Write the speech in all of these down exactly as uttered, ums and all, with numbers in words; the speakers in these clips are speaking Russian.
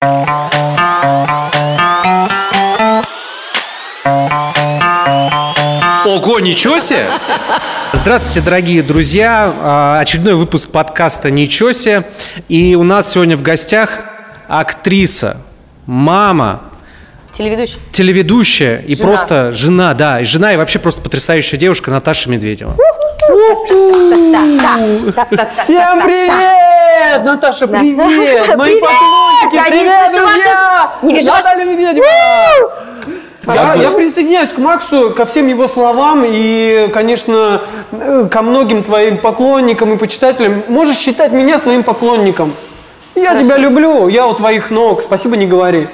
Ого, ничего себе! Здравствуйте, дорогие друзья! Очередной выпуск подкаста «Ничего себе!». И у нас сегодня в гостях актриса, мама, телеведущая, телеведущая и жена. просто жена, да, и жена, и вообще просто потрясающая девушка Наташа Медведева. Всем привет! Наташа, привет! Мои поклонники, привет, друзья! Наталья Медведева! Я, я присоединяюсь к Максу, ко всем его словам и, конечно, ко многим твоим поклонникам и почитателям. Можешь считать меня своим поклонником. Я Хорошо. тебя люблю, я у твоих ног. Спасибо, не говори.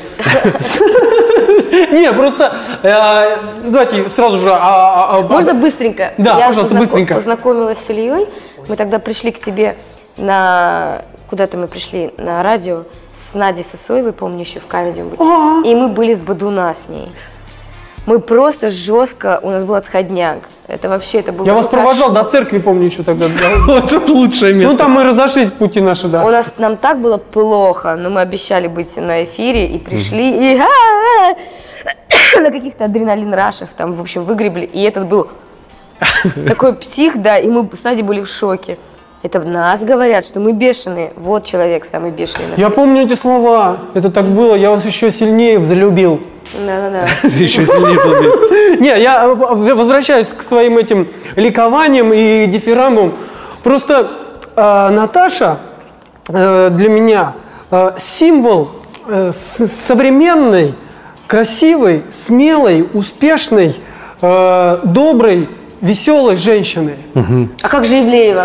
Не, просто давайте сразу же... Можно быстренько? Да, пожалуйста, быстренько. Я познакомилась с Ильей. Мы тогда пришли к тебе на... Куда-то мы пришли на радио с Надей Сосоевой, помню, еще в Камеди. И мы были с Бадуна с ней. Мы просто жестко, у нас был отходняк. Это вообще, это было... Я вас провожал до церкви, помню, еще тогда. Это лучшее место. Ну, там мы разошлись, пути наши, да. У нас, нам так было плохо, но мы обещали быть на эфире, и пришли, и на каких-то адреналин-рашах там, в общем, выгребли. И этот был такой псих, да, и мы с Надей были в шоке. Это нас говорят, что мы бешеные. Вот человек самый бешеный. Я помню эти слова. Это так было. Я вас еще сильнее взлюбил. Да-да-да. Еще сильнее взлюбил. Не, я возвращаюсь к своим этим ликованиям и дифирамбам. Просто э, Наташа э, для меня э, символ э, современной, красивой, смелой, успешной, э, доброй, веселой женщины. Угу. А как же Ивлеева?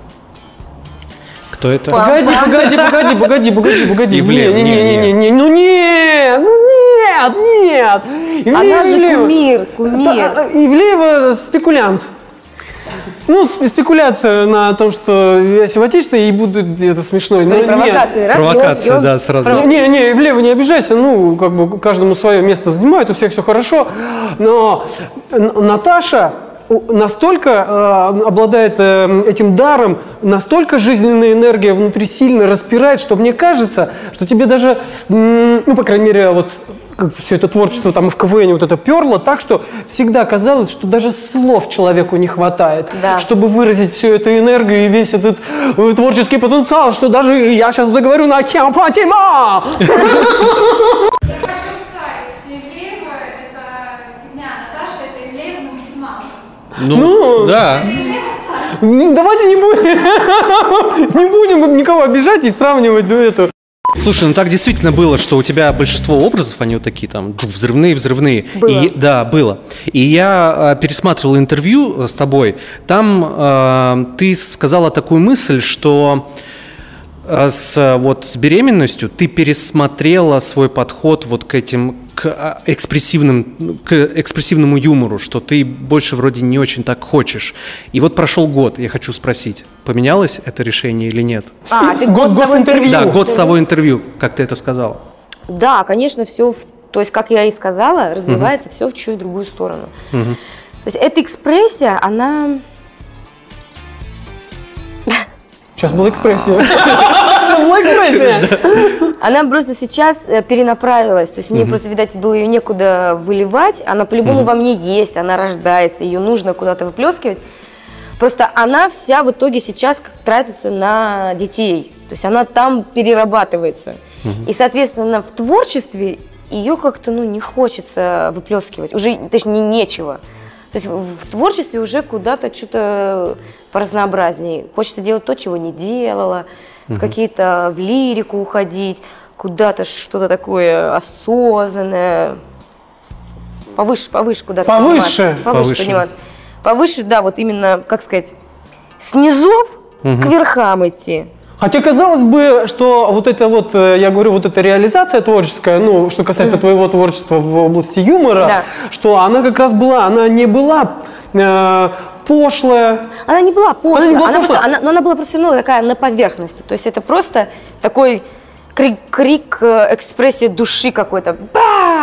Кто это? Погоди, погоди, погоди, погоди, погоди, погоди. Ивлеева, не, не, не, не, не, ну нет, ну нет, нет. Ивлеева, Она же Ивлеева. кумир, кумир. Ивлеева спекулянт. Ну, спекуляция на том, что я симпатичный и буду где-то смешной. Смотри, провокация. Раз, Провокация, и он, да, сразу. Пров... Не, не, Ивлеева, не обижайся, ну, как бы каждому свое место занимает, у всех все хорошо. Но Наташа настолько э, обладает э, этим даром, настолько жизненная энергия внутри сильно распирает, что мне кажется, что тебе даже, м, ну, по крайней мере, вот как все это творчество там и в КВН вот это перло так, что всегда казалось, что даже слов человеку не хватает, да. чтобы выразить всю эту энергию и весь этот э, творческий потенциал, что даже я сейчас заговорю на тему Патима! Ну, ну, да. Давайте не будем, не будем никого обижать и сравнивать дуэту. Слушай, ну так действительно было, что у тебя большинство образов, они вот такие там взрывные, взрывные. Было. И, да, было. И я э, пересматривал интервью с тобой. Там э, ты сказала такую мысль, что э, с, вот, с беременностью ты пересмотрела свой подход вот к этим к экспрессивным, к экспрессивному юмору, что ты больше вроде не очень так хочешь. И вот прошел год, я хочу спросить, поменялось это решение или нет? А, ты год, год с интервью. Да, год с того интервью, как ты это сказала. Да, конечно, все, в, то есть, как я и сказала, развивается uh-huh. все в чуть другую сторону. Uh-huh. То есть эта экспрессия, она... Сейчас была экспрессия. Сейчас была экспрессия. Она просто сейчас перенаправилась. То есть мне просто, видать, было ее некуда выливать. Она по-любому во мне есть, она рождается, ее нужно куда-то выплескивать. Просто она вся в итоге сейчас тратится на детей. То есть она там перерабатывается. И, соответственно, в творчестве ее как-то ну, не хочется выплескивать. Уже, точнее, нечего. То есть в творчестве уже куда-то что-то поразнообразнее. Хочется делать то, чего не делала, uh-huh. в какие-то в лирику уходить, куда-то что-то такое осознанное. Повыше, повыше куда-то повыше. подниматься. Повыше. Повыше. подниматься. Повыше, да, вот именно, как сказать, с низов uh-huh. к верхам идти. Хотя казалось бы, что вот это вот, я говорю, вот эта реализация творческая, ну, что касается mm-hmm. твоего творчества в области юмора, да. что она как раз была, она не была э, пошлая. Она не была пошлая, она, не была она, пошлая. Просто, она, но она была просто ну, такая на поверхности. То есть это просто такой крик, крик экспрессия души какой-то. Ба!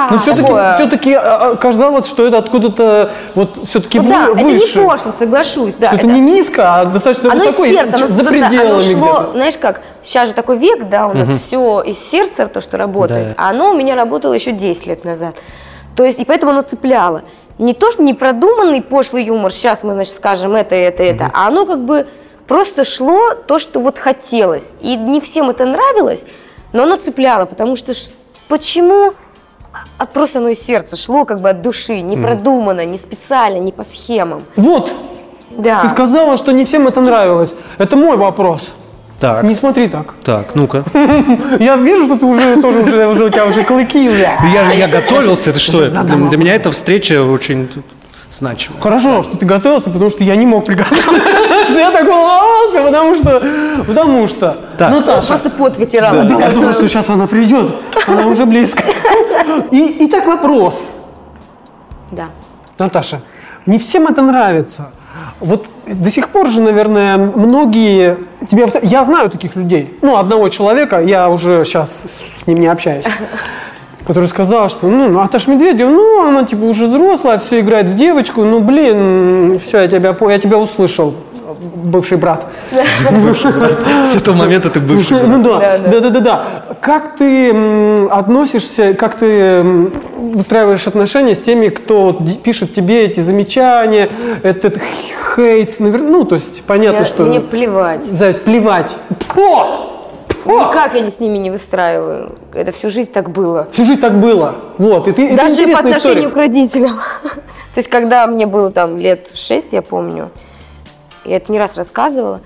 Но все-таки, такое. все-таки казалось, что это откуда-то вот все-таки Ну, вы, да, выше. это не пошло, соглашусь. Да, это, это не низко, а достаточно оно высоко, из сердца, оно, за просто, пределами оно шло, где-то. знаешь как, сейчас же такой век, да, у нас угу. все из сердца, то, что работает, да. а оно у меня работало еще десять лет назад. То есть, и поэтому оно цепляло. Не то, что непродуманный пошлый юмор, сейчас мы, значит, скажем это, это, это, угу. а оно как бы просто шло то, что вот хотелось. И не всем это нравилось, но оно цепляло, потому что почему? А просто оно из сердца шло, как бы от души, не продумано, не специально, не по схемам. Вот, да. Ты сказала, что не всем это нравилось. Это мой вопрос. Так. Не смотри так. Так, ну-ка. Я вижу, что ты уже тоже уже, уже у тебя уже клыки. Я, я готовился, это что? Для, для меня эта встреча очень значима. Хорошо, что ты готовился, потому что я не мог приготовиться. Я так волновался, потому что... Потому что... Наташа. Просто пот вытирала. Да, я думаю, что сейчас она придет. Она уже близко. И итак, вопрос. Да. Наташа, не всем это нравится. Вот до сих пор же, наверное, многие... Тебе... Я знаю таких людей. Ну, одного человека, я уже сейчас с ним не общаюсь, который сказал, что, ну, Наташа Медведева, ну, она, типа, уже взрослая, все играет в девочку, ну, блин, все, я тебя, я тебя услышал, бывший брат. Бывший брат. С этого момента ты бывший брат. Ну, да, да, да, да, да. Как ты относишься, как ты выстраиваешь отношения с теми, кто пишет тебе эти замечания, этот хейт, ну, то есть, понятно, что... Мне плевать. Зависть, плевать. О! Никак я с ними не выстраиваю. Это всю жизнь так было. Всю жизнь так было. Вот. И ты, даже это по отношению история. к родителям. То есть, когда мне было там лет шесть, я помню, я это не раз рассказывала.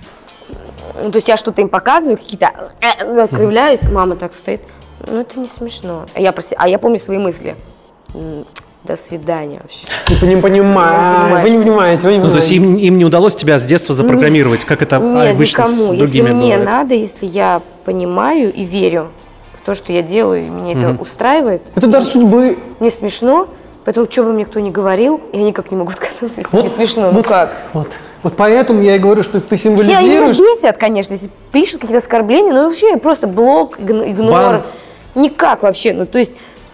То есть, я что-то им показываю, какие-то кривляюсь, мама так стоит. Ну, это не смешно. А я, проси... а я помню свои мысли. До свидания вообще. Ты не понимаешь. Вы не понимаете. Вы не ну, то есть им, им не удалось тебя с детства запрограммировать, нет, как это нет, обычно никому. с другими если мне бывает. надо, если я понимаю и верю в то, что я делаю, и меня mm-hmm. это устраивает. Это дар судьбы. Не смешно, поэтому что бы мне кто ни говорил, я никак не могу отказаться, если вот, не смешно. Вот, ну как? Вот. Вот поэтому я и говорю, что ты символизируешь... Я, они бесят, конечно, если пишут какие-то оскорбления, но вообще просто блок, игнор. Бан. Никак вообще. Ну, то есть...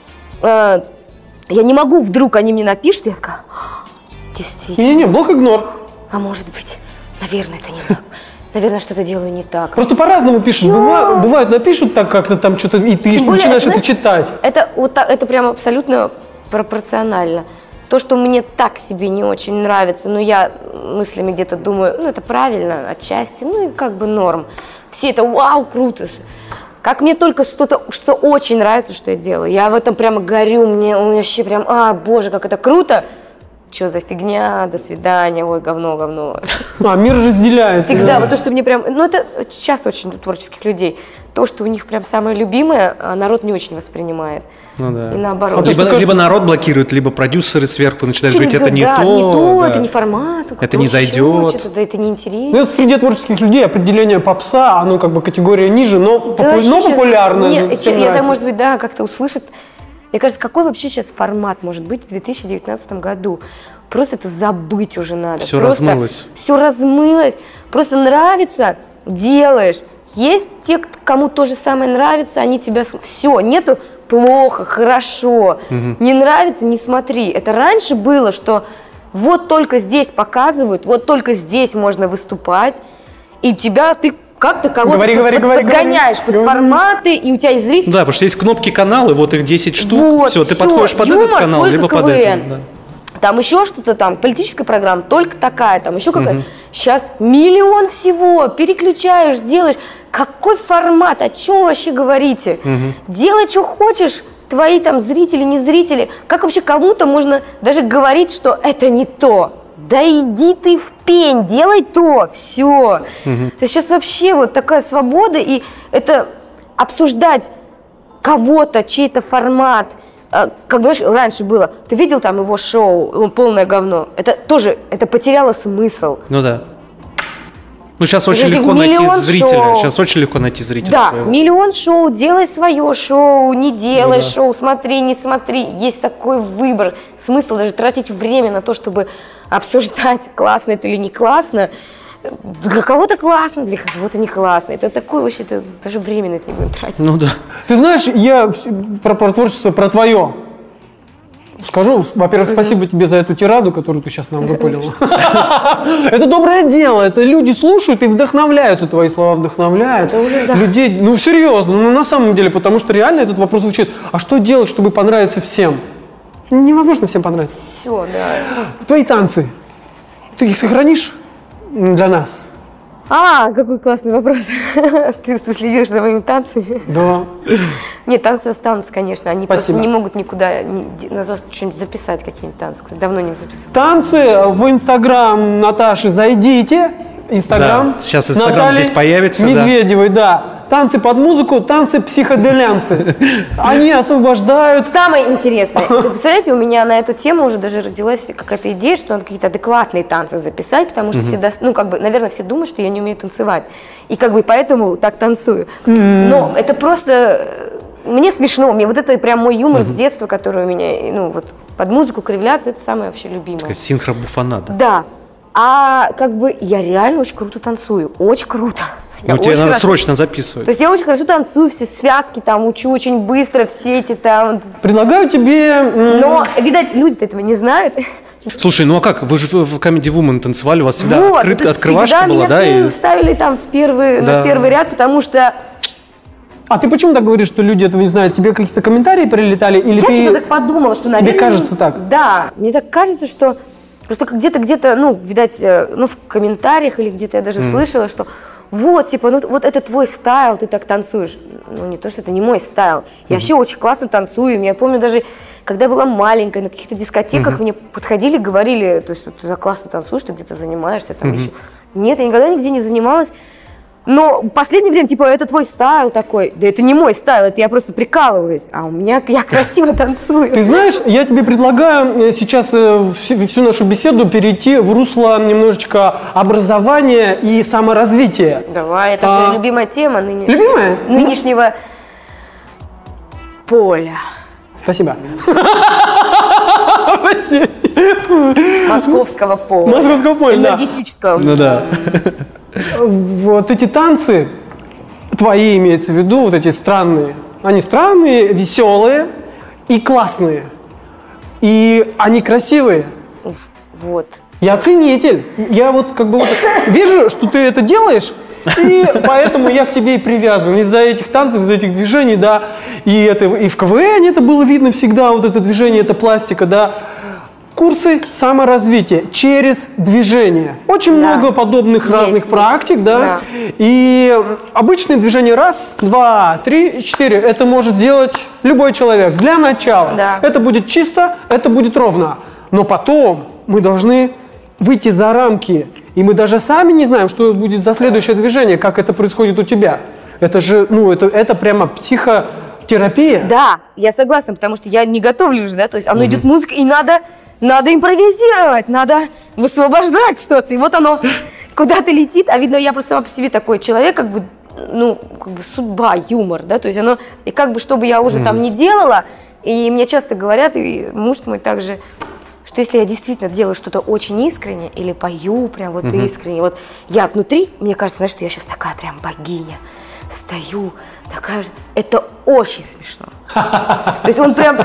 Э, я не могу, вдруг они мне напишут, я такая, действительно. Не-не, блок-игнор. А может быть, наверное, это не так. Наверное, что-то делаю не так. Просто по-разному пишут. Бывает, бывает, напишут так как-то там что-то, и ты более, начинаешь это, это читать. Это, вот так, это прям абсолютно пропорционально. То, что мне так себе не очень нравится, но я мыслями где-то думаю, ну, это правильно, отчасти, ну, и как бы норм. Все это, вау, круто. Как мне только что-то, что очень нравится, что я делаю. Я в этом прямо горю, мне вообще прям, а, боже, как это круто. Что за фигня, до свидания, ой, говно, говно. А, мир разделяется. Всегда, да. Вот то, что мне прям, ну это сейчас очень у творческих людей, то, что у них прям самое любимое, народ не очень воспринимает. Ну да. И наоборот. А либо, кажется... либо народ блокирует, либо продюсеры сверху начинают Чуть говорить, это не да, то. не то, да. это не формат. Это не зайдет. Да, это неинтересно. Ну, это среди творческих людей определение попса, оно как бы категория ниже, но, да, попу... но популярное. Нет, это может быть, да, как-то услышит. Мне кажется, какой вообще сейчас формат может быть в две тысячи девятнадцатом году? Просто это забыть уже надо. Все Просто размылось. Все размылось. Просто нравится, делаешь. Есть те, кому то же самое нравится, они тебя... Все, нету плохо, хорошо. Угу. Не нравится, не смотри. Это раньше было, что вот только здесь показывают, вот только здесь можно выступать, и тебя ты... Как ты кого-то говори, говори, под, говори, подгоняешь говори. под форматы, и у тебя есть зрители. Да, потому что есть кнопки каналы, вот их десять штук, вот, все, ты все. подходишь под Юмор этот канал, либо под этот. Да. Там еще что-то там, политическая программа, только такая, там еще какая-то. Угу. Сейчас миллион всего, переключаешь, делаешь. Какой формат, о чем вообще говорите? Угу. Делай, что хочешь, твои там зрители, не зрители. Как вообще кому-то можно даже говорить, что это не то? Да иди ты в пень, делай то, все. Угу. То есть сейчас вообще вот такая свобода, и это обсуждать кого-то, чей-то формат. Как, знаешь, раньше было, ты видел там его шоу, он полное говно, это тоже, это потеряло смысл. Ну да. Ну сейчас очень Подожди, легко найти шоу. зрителя, сейчас очень легко найти зрителя Да, своего. миллион шоу, делай свое шоу, не делай ну, да. шоу, смотри, не смотри, есть такой выбор, смысл даже тратить время на то, чтобы обсуждать, классно это или не классно, Для кого-то классно, для кого-то не классно. Это такое вообще, это даже время на это не будем тратить. Ну да. Ты знаешь, я про, про творчество, про твое скажу. Во-первых, спасибо тебе за эту тираду, которую ты сейчас нам выпалил. Это доброе дело. Это люди слушают и вдохновляются. Твои слова вдохновляют. Людей, ну серьезно, ну на самом деле, потому что реально этот вопрос звучит. А что делать, чтобы понравиться всем? Невозможно всем понравиться. Все, да. Твои танцы. Ты их сохранишь для нас? А, какой классный вопрос. Ты, ты следишь за моими танцами? Да. Нет, танцы останутся, конечно. Они Спасибо. просто не могут никуда не, что-нибудь записать, какие-нибудь танцы. Давно не записал. Танцы в Инстаграм Наташи зайдите. Инстаграм. Да, сейчас Инстаграм Натальи здесь появится. Медведевой, да. да. Танцы под музыку, танцы психоделянцы. Они освобождают. Самое интересное. Вы представляете, у меня на эту тему уже даже родилась какая-то идея, что надо какие-то адекватные танцы записать, потому что всегда, ну, как бы, наверное, все думают, что я не умею танцевать. И как бы поэтому так танцую. Но это просто... Мне смешно. Мне вот это прям мой юмор с детства, который у меня, ну, вот под музыку кривляться, это самое вообще любимое. Такая синхробуфонада. Да. А как бы я реально очень круто танцую. Очень круто. Ну, тебе надо хорошо... срочно записывать. То есть я очень хорошо танцую, все связки там учу очень быстро, все эти там... Предлагаю тебе... Но, видать, люди-то этого не знают. Слушай, ну а как? Вы же в Comedy Woman танцевали, у вас всегда вот, открыт, открывашка всегда была, меня да? И... ставили там в первый, да. на первый ряд, потому что... А ты почему так говоришь, что люди этого не знают? Тебе какие-то комментарии прилетали? Или я ты... всегда так подумала, что, наверное... Тебе кажется так? Да, мне так кажется, что... Просто где-то, где-то, ну, видать, ну, в комментариях или где-то я даже mm. слышала, что вот, типа, ну, вот это твой стайл, ты так танцуешь. Ну, не то, что это не мой стайл. Я mm-hmm. вообще очень классно танцую. Я помню даже, когда я была маленькая, на каких-то дискотеках mm-hmm. мне подходили, говорили, то есть, ты так классно танцуешь, ты где-то занимаешься, там mm-hmm. еще. Нет, я никогда нигде не занималась. Но в последнее время, типа, это твой стайл такой. Да это не мой стайл, это я просто прикалываюсь. А у меня, я красиво танцую. Ты знаешь, я тебе предлагаю сейчас всю нашу беседу перейти в русло немножечко образования и саморазвития. Давай, это а... же любимая тема нынешнего, любимая? нынешнего поля. Спасибо. Московского поля. Московского поля, да. Энергетического. Ну да. Вот эти танцы, твои имеется в виду, вот эти странные, они странные, веселые и классные. И они красивые. Вот. Я ценитель. Я вот как бы вот вижу, что ты это делаешь, и поэтому я к тебе и привязан. Из-за этих танцев, из-за этих движений, да. И, это, и в КВН это было видно всегда, вот это движение, это пластика, да. Курсы саморазвития через движение. Очень да. много подобных есть, разных есть. практик, да? да. И обычные движения раз, два, три, четыре. Это может сделать любой человек. Для начала. Да. Это будет чисто, это будет ровно. Но потом мы должны выйти за рамки. И мы даже сами не знаем, что будет за следующее движение, как это происходит у тебя. Это же, ну, это, это прямо психотерапия. Да, я согласна, потому что я не готовлю уже, да, то есть оно mm-hmm. идет музыка, и надо, надо импровизировать, надо высвобождать что-то, и вот оно куда-то летит, а видно, я просто сама по себе такой человек, как бы, ну, как бы судьба, юмор, да, то есть оно, и как бы, чтобы я уже mm-hmm. там не делала, и мне часто говорят, и муж мой также, что если я действительно делаю что-то очень искренне или пою прям вот uh-huh. искренне, вот я внутри, мне кажется, знаешь, что я сейчас такая прям богиня, стою, такая же, это очень смешно. То есть он прям,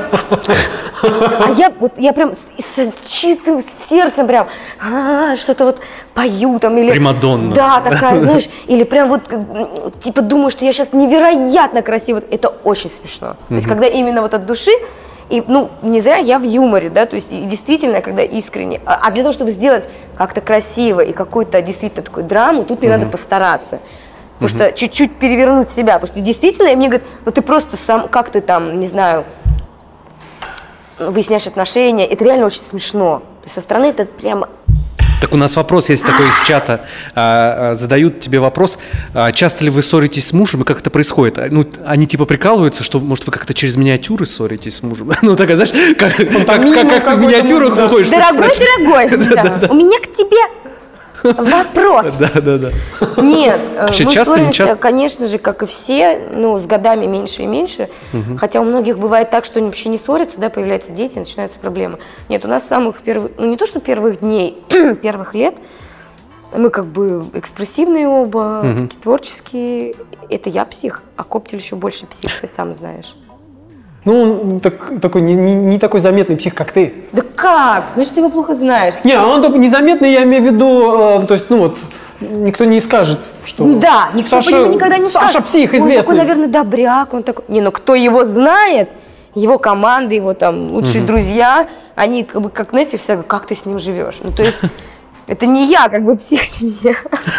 а я вот, я прям с, с чистым сердцем прям что-то вот пою там или... Примадонна. Да, такая, знаешь, или прям вот, типа думаю, что я сейчас невероятно красива, это очень смешно. Uh-huh. То есть когда именно вот от души, и, ну, не зря я в юморе, да, то есть действительно, когда искренне. А, а для того, чтобы сделать как-то красиво и какую-то действительно такую драму, тут мне mm-hmm. надо постараться. Потому mm-hmm. что чуть-чуть перевернуть себя. Потому что действительно, и мне говорят, ну ты просто сам, как ты там, не знаю, выясняешь отношения. Это реально очень смешно. То есть со стороны это прямо... Так у нас вопрос есть такой из чата. А, а, задают тебе вопрос, а, часто ли вы ссоритесь с мужем и как это происходит? Ну, они типа прикалываются, что, может, вы как-то через миниатюры ссоритесь с мужем? Ну, так, знаешь, как, как, как, как ты в миниатюрах выходишь? Дорогой, дорогой, у меня к тебе вопрос. Да, да, да. Нет, мы ссоримся, конечно же, как и все, ну, с годами меньше и меньше. Угу. Хотя у многих бывает так, что они вообще не ссорятся, да, появляются дети, начинаются проблемы. Нет, у нас с самых первых, ну, не то, что первых дней, первых лет, Мы как бы экспрессивные оба, Мгм. такие творческие. Это я псих, а Коптель еще больше псих, ты сам знаешь. Ну, он так- такой, не, не- не такой заметный псих, как ты. Да как? Значит, ты его плохо знаешь. Не, а он только незаметный, я имею в виду, э, то есть, ну вот, никто не скажет, что Да, никто Саша, по нему никогда не Саша скажет. псих Он известный. такой, наверное, добряк, он такой... Не, ну кто его знает, его команда, его там лучшие друзья, они как бы, как, знаете, все, как ты с ним живешь. Ну, то есть, это не я, как бы, псих семья,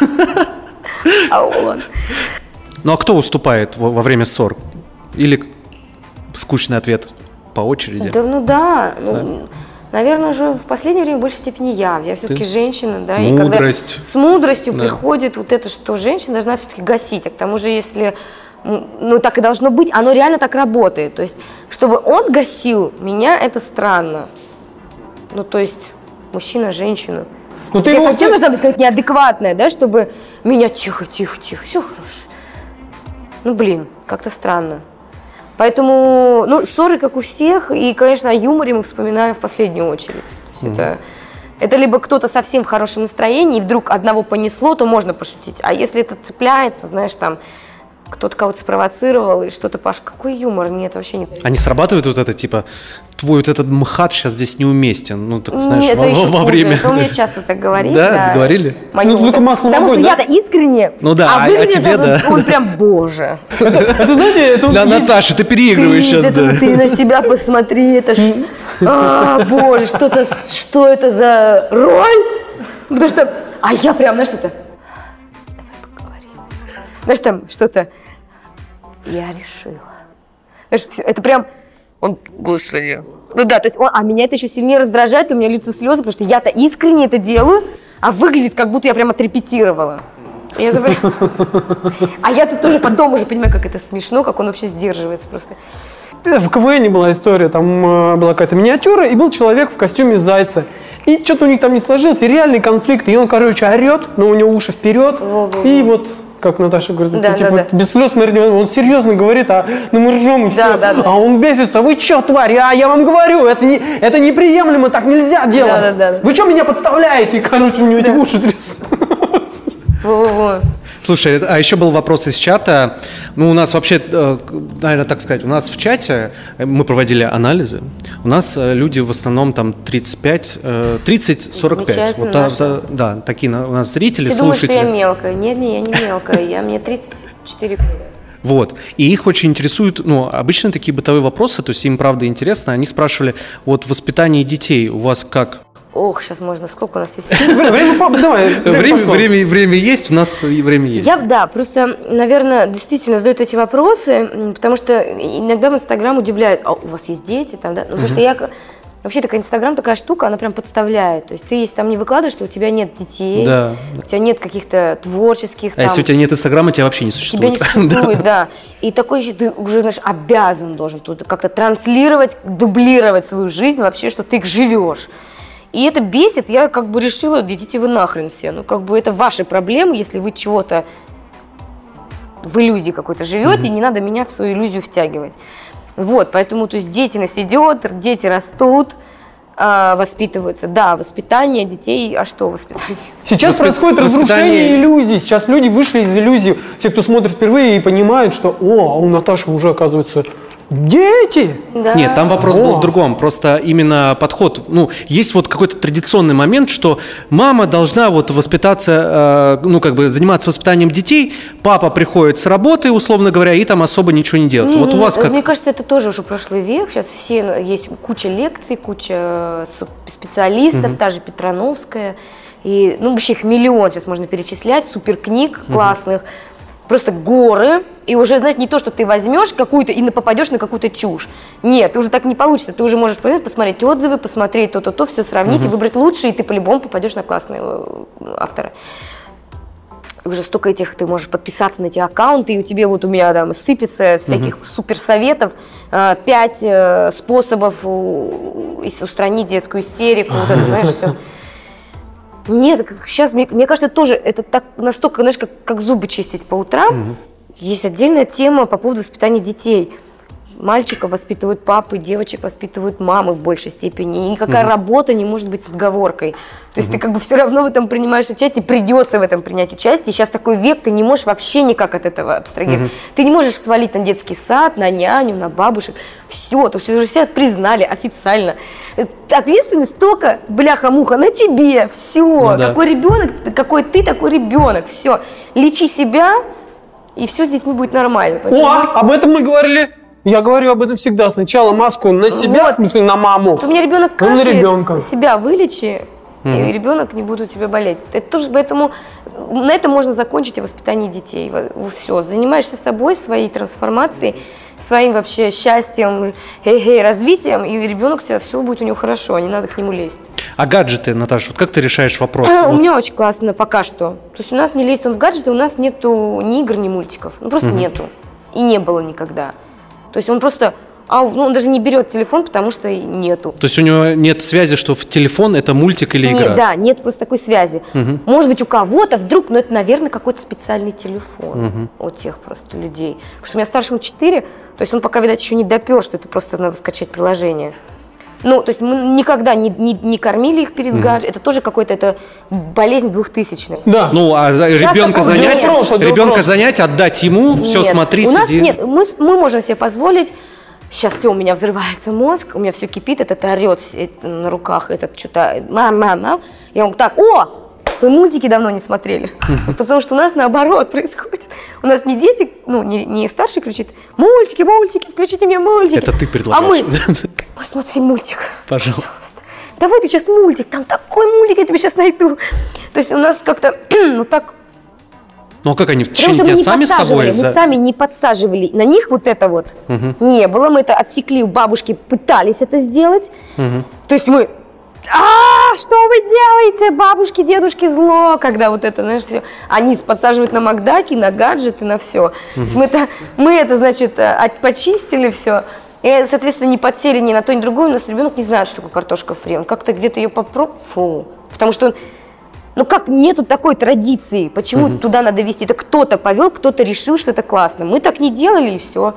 а он. Ну а кто уступает во, во время ссор? Или скучный ответ по очереди? Да, ну да, ну, наверное, уже в последнее время в большей степени я. Я все-таки женщина, да. И когда Мудрость. с мудростью Да. приходит вот это, что женщина должна все-таки гасить. А к тому же, если, м, ну так и должно быть, оно реально так работает. То есть, чтобы он гасил меня, это странно. Ну, то есть, мужчина, женщина. Ну, ты Я его совсем сы- должна быть как неадекватная, да, чтобы меня тихо, тихо, тихо, все хорошо. Ну, блин, как-то странно. Поэтому, ну, ссоры, как у всех, и, конечно, о юморе мы вспоминаем в последнюю очередь. То есть это, это либо кто-то совсем в хорошем настроении, и вдруг одного понесло, то можно пошутить. А если это цепляется, знаешь, там, кто-то кого-то спровоцировал, и что-то, Паш, какой юмор? Нет, вообще не... А не срабатывает вот это, типа, твой вот этот МХАТ сейчас здесь неуместен? Ну, так, знаешь, Нет, во, это еще во хуже. время... Это он мне часто так говорит. Да, говорили? Моему Ну, только вот- масло в Потому огонь, что да? я-то искренне, Ну да, а- а выглядит тебе, он, да. он прям, боже. Это, знаете, это вот Да, есть- Наташа, ты переигрываешь Ты, сейчас, это да. ты на себя посмотри, это ж... А, боже, что, за, что это за роль? Потому что... А я прям, знаешь, что-то... Давай поговорим. Знаешь, там что-то... Я решила. Знаешь, всё, это прям... Он, господи. Ну да, то есть, он, а меня это еще сильнее раздражает, у меня льются слезы, потому что я-то искренне это делаю, а выглядит, как будто я прям отрепетировала. И это прям- А я-то тоже потом уже понимаю, как это смешно, как он вообще сдерживается просто. В КВН была история, там э, была какая-то миниатюра, и был человек в костюме зайца. И что-то у них там не сложилось, и реальный конфликт. И он, короче, орет, но у него уши вперед. Во-во-во. И вот, как Наташа говорит, Да, ну, типа, да, да. без слез смотреть невозможно. Он серьезно говорит, а ну мы ржем и все. Да, да. А он бесится, вы что, твари, а я вам говорю, это, не, это неприемлемо, так нельзя делать. Да, да, да. Вы что меня подставляете? И, короче, у него эти уши трясут. Во-во-во. Слушай, а еще был вопрос из чата. Ну, у нас вообще, э, наверное, так сказать, у нас в чате э, мы проводили анализы. У нас э, люди в основном там тридцать пять, э, тридцать сорок пять. Замечательно, Вот, та- наши. та- да, такие на- у нас зрители, Ты думаешь, что слушатели. я мелкая? Нет, нет, я не мелкая, я, мне тридцать четыре года. Вот. И их очень интересуют, ну, обычно такие бытовые вопросы, то есть им правда интересно. Они спрашивали, вот воспитание детей у вас как? Ох, сейчас можно, сколько у нас есть? Время, время, по- давай. Время, пошло. время, время есть, у нас и время есть. Я, да, просто, наверное, действительно задают эти вопросы, м, потому что иногда в Инстаграм удивляют, а у вас есть дети там, да? Ну, потому что я, к- вообще такая Инстаграм такая штука, она прям подставляет. То есть ты если там не выкладываешь, что у тебя нет детей, Да. у тебя нет каких-то творческих А там... если у тебя нет Инстаграма, тебя вообще не Тебя существует. не существует, да. И такой еще ты уже, знаешь, обязан должен тут как-то транслировать, дублировать свою жизнь вообще, что ты живешь. И это бесит, я как бы решила, да идите вы нахрен все. Ну, как бы это ваши проблемы, если вы чего-то в иллюзии какой-то живете, не надо меня в свою иллюзию втягивать. Вот, поэтому, то есть, деятельность идет, дети растут, а, воспитываются. Да, воспитание детей, а что воспитание? Сейчас Воспит- происходит разрушение воспитание- иллюзий. Сейчас люди вышли из иллюзий. Те, кто смотрит впервые и понимают, что о, а у Наташи уже, оказывается, дети. Да. Нет, там вопрос был О. в другом. Просто именно подход. Ну, есть вот какой-то традиционный момент, что мама должна вот воспитаться, э, ну, как бы заниматься воспитанием детей. Папа приходит с работы, условно говоря, и там особо ничего не делает. Не, вот не, у вас как? Мне кажется, это тоже уже прошлый век. Сейчас все есть куча лекций, куча суп- специалистов, та же Петрановская. И, ну, вообще их миллион сейчас можно перечислять, суперкниг классных. Просто горы. И уже, знаешь, не то, что ты возьмешь какую-то и на- попадешь на какую-то чушь. Нет, уже так не получится. Ты уже можешь посмотреть отзывы, посмотреть то-то-то, все сравнить и выбрать лучшее, и ты по-любому попадешь на классные э, авторы. Уже столько этих, ты можешь подписаться на эти аккаунты, и у тебя вот у меня там сыпется всяких суперсоветов, э, пять э, способов у- ис- устранить детскую истерику, вот это, знаешь, все. Нет, сейчас, мне, мне кажется, тоже это так настолько, знаешь, как, как зубы чистить по утрам. Есть отдельная тема по поводу воспитания детей. мальчиков воспитывают папы, девочек воспитывают мамы в большей степени. И никакая угу. работа не может быть отговоркой. То есть угу. ты как бы все равно в этом принимаешь участие, придется в этом принять участие. Сейчас такой век, ты не можешь вообще никак от этого абстрагировать. Угу. Ты не можешь свалить на детский сад, на няню, на бабушек. Все, то что уже себя признали официально. Ответственность только, бляха-муха, на тебе. Все. Ну, да. Какой ребенок, какой ты, такой ребенок. Все. Лечи себя, и все с детьми будет нормально. Поэтому... О, об этом мы говорили. Я говорю об этом всегда. Сначала маску на себя, вот. В смысле на маму. Вот у меня ребенок кашляет, себя вылечи, mm-hmm. и ребенок не будет у тебя болеть. Это тоже, поэтому на этом можно закончить о воспитании детей. Все, занимаешься собой, своей трансформацией, своим вообще счастьем, хей-хей, развитием, и ребенок у тебя все будет у него хорошо, не надо к нему лезть. А гаджеты, Наташа, вот как ты решаешь вопрос? А, вот. У меня очень классно пока что. То есть у нас не лезть он в гаджеты, у нас нету ни игр, ни мультиков. Ну просто mm-hmm. нету. И не было никогда. То есть он просто, а, ну, он даже не берет телефон, потому что нету. То есть у него нет связи, что в телефон это мультик или игра? Нет, да, нет просто такой связи. Угу. Может быть, у кого-то вдруг, но это, наверное, какой-то специальный телефон угу. у тех просто людей. Потому что у меня старшему четыре, то есть он пока, видать, еще не допер, что это просто надо скачать приложение. Ну, то есть мы никогда не, не, не кормили их перед mm-hmm. гаджетом. Это тоже какой-то, это болезнь двухтысячных. Да. Ну, а ребенка занять, ребенка занять, отдать ему, нет. Все, смотри, у сиди. Нас, нет, мы, мы можем себе позволить. Сейчас все, у меня взрывается мозг, у меня все кипит, этот орет на руках, этот что-то, мам, мам, мам. Я ему так, о! Мы мультики давно не смотрели, потому что у нас наоборот происходит. У нас не дети, ну, не, не старший кричит, мультики, мультики, включите мне мультики. Это ты предлагаешь. А мы, посмотри мультик. Пожалуйста. Пожалуйста. Давай ты сейчас мультик, там такой мультик, я тебе сейчас найду. То есть у нас как-то, ну так... Ну а как они в течение дня сами с собой? Мы за... сами не подсаживали на них вот это вот. Угу. Не было, мы это отсекли у бабушки, пытались это сделать. Угу. То есть мы... А, что вы делаете, бабушки, дедушки, зло, когда вот это, знаешь, все. Они подсаживают на макдаки, на гаджеты, на все. Mm-hmm. То есть мы это, мы это, значит, почистили все. И, соответственно, не подсели ни на то, ни на другое. У нас ребенок не знает, что такое картошка фри. Он как-то где-то ее попробовал. Фу. Потому что он, ну как, нету такой традиции. Почему mm-hmm. туда надо вести? Это кто-то повел, кто-то решил, что это классно. Мы так не делали, и все.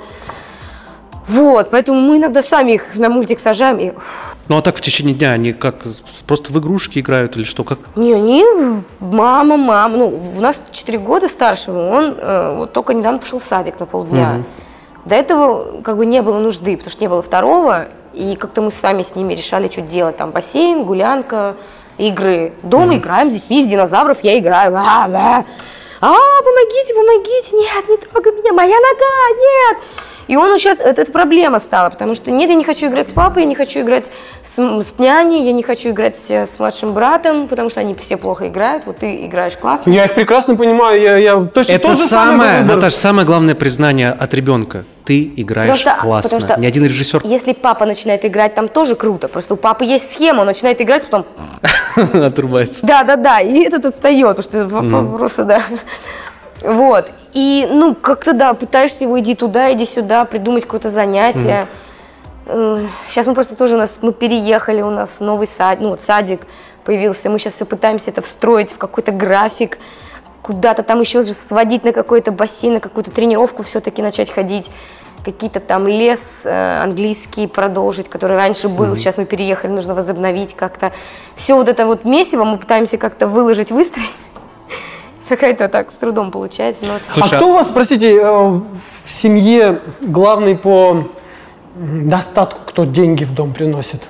Вот, поэтому мы иногда сами их на мультик сажаем и... Ну а так в течение дня они как, просто в игрушки играют или что? Как? Не, они, мама, мама, ну у нас четыре года старшему, он э, вот только недавно пошел в садик на полдня. Угу. До этого как бы не было нужды, потому что не было второго, и как-то мы сами с ними решали, что делать, там бассейн, гулянка, игры. Дома угу. играем с детьми, в динозавров я играю. А, да. а, помогите, помогите, нет, не трогай меня, моя нога, нет. И он сейчас, это, это проблема стала, потому что нет, я не хочу играть с папой, я не хочу играть с, с няней, я не хочу играть с младшим братом, потому что они все плохо играют, вот ты играешь классно. Я их прекрасно понимаю, я, я точно это тоже самое, Наташа, самое главное признание от ребенка. Ты играешь потому что, классно, потому что, ни один режиссер. Если папа начинает играть, там тоже круто, просто у папы есть схема, он начинает играть, потом... Отрубается. Да-да-да, и этот отстает, потому что папа просто, да... Вот, и, ну, как-то, да, пытаешься его, иди туда, иди сюда, придумать какое-то занятие. Mm. Сейчас мы просто тоже, у нас, мы переехали, у нас новый садик, ну, вот садик появился, мы сейчас все пытаемся это встроить в какой-то график, куда-то там еще же сводить на какой-то бассейн, на какую-то тренировку все-таки начать ходить, какие-то там лес э, английский продолжить, который раньше был, mm-hmm. сейчас мы переехали, нужно возобновить как-то. Все вот это вот месиво мы пытаемся как-то выложить, выстроить. Какая-то так с трудом получается. Но... Слушай, а кто у вас, простите, в семье главный по достатку, кто деньги в дом приносит?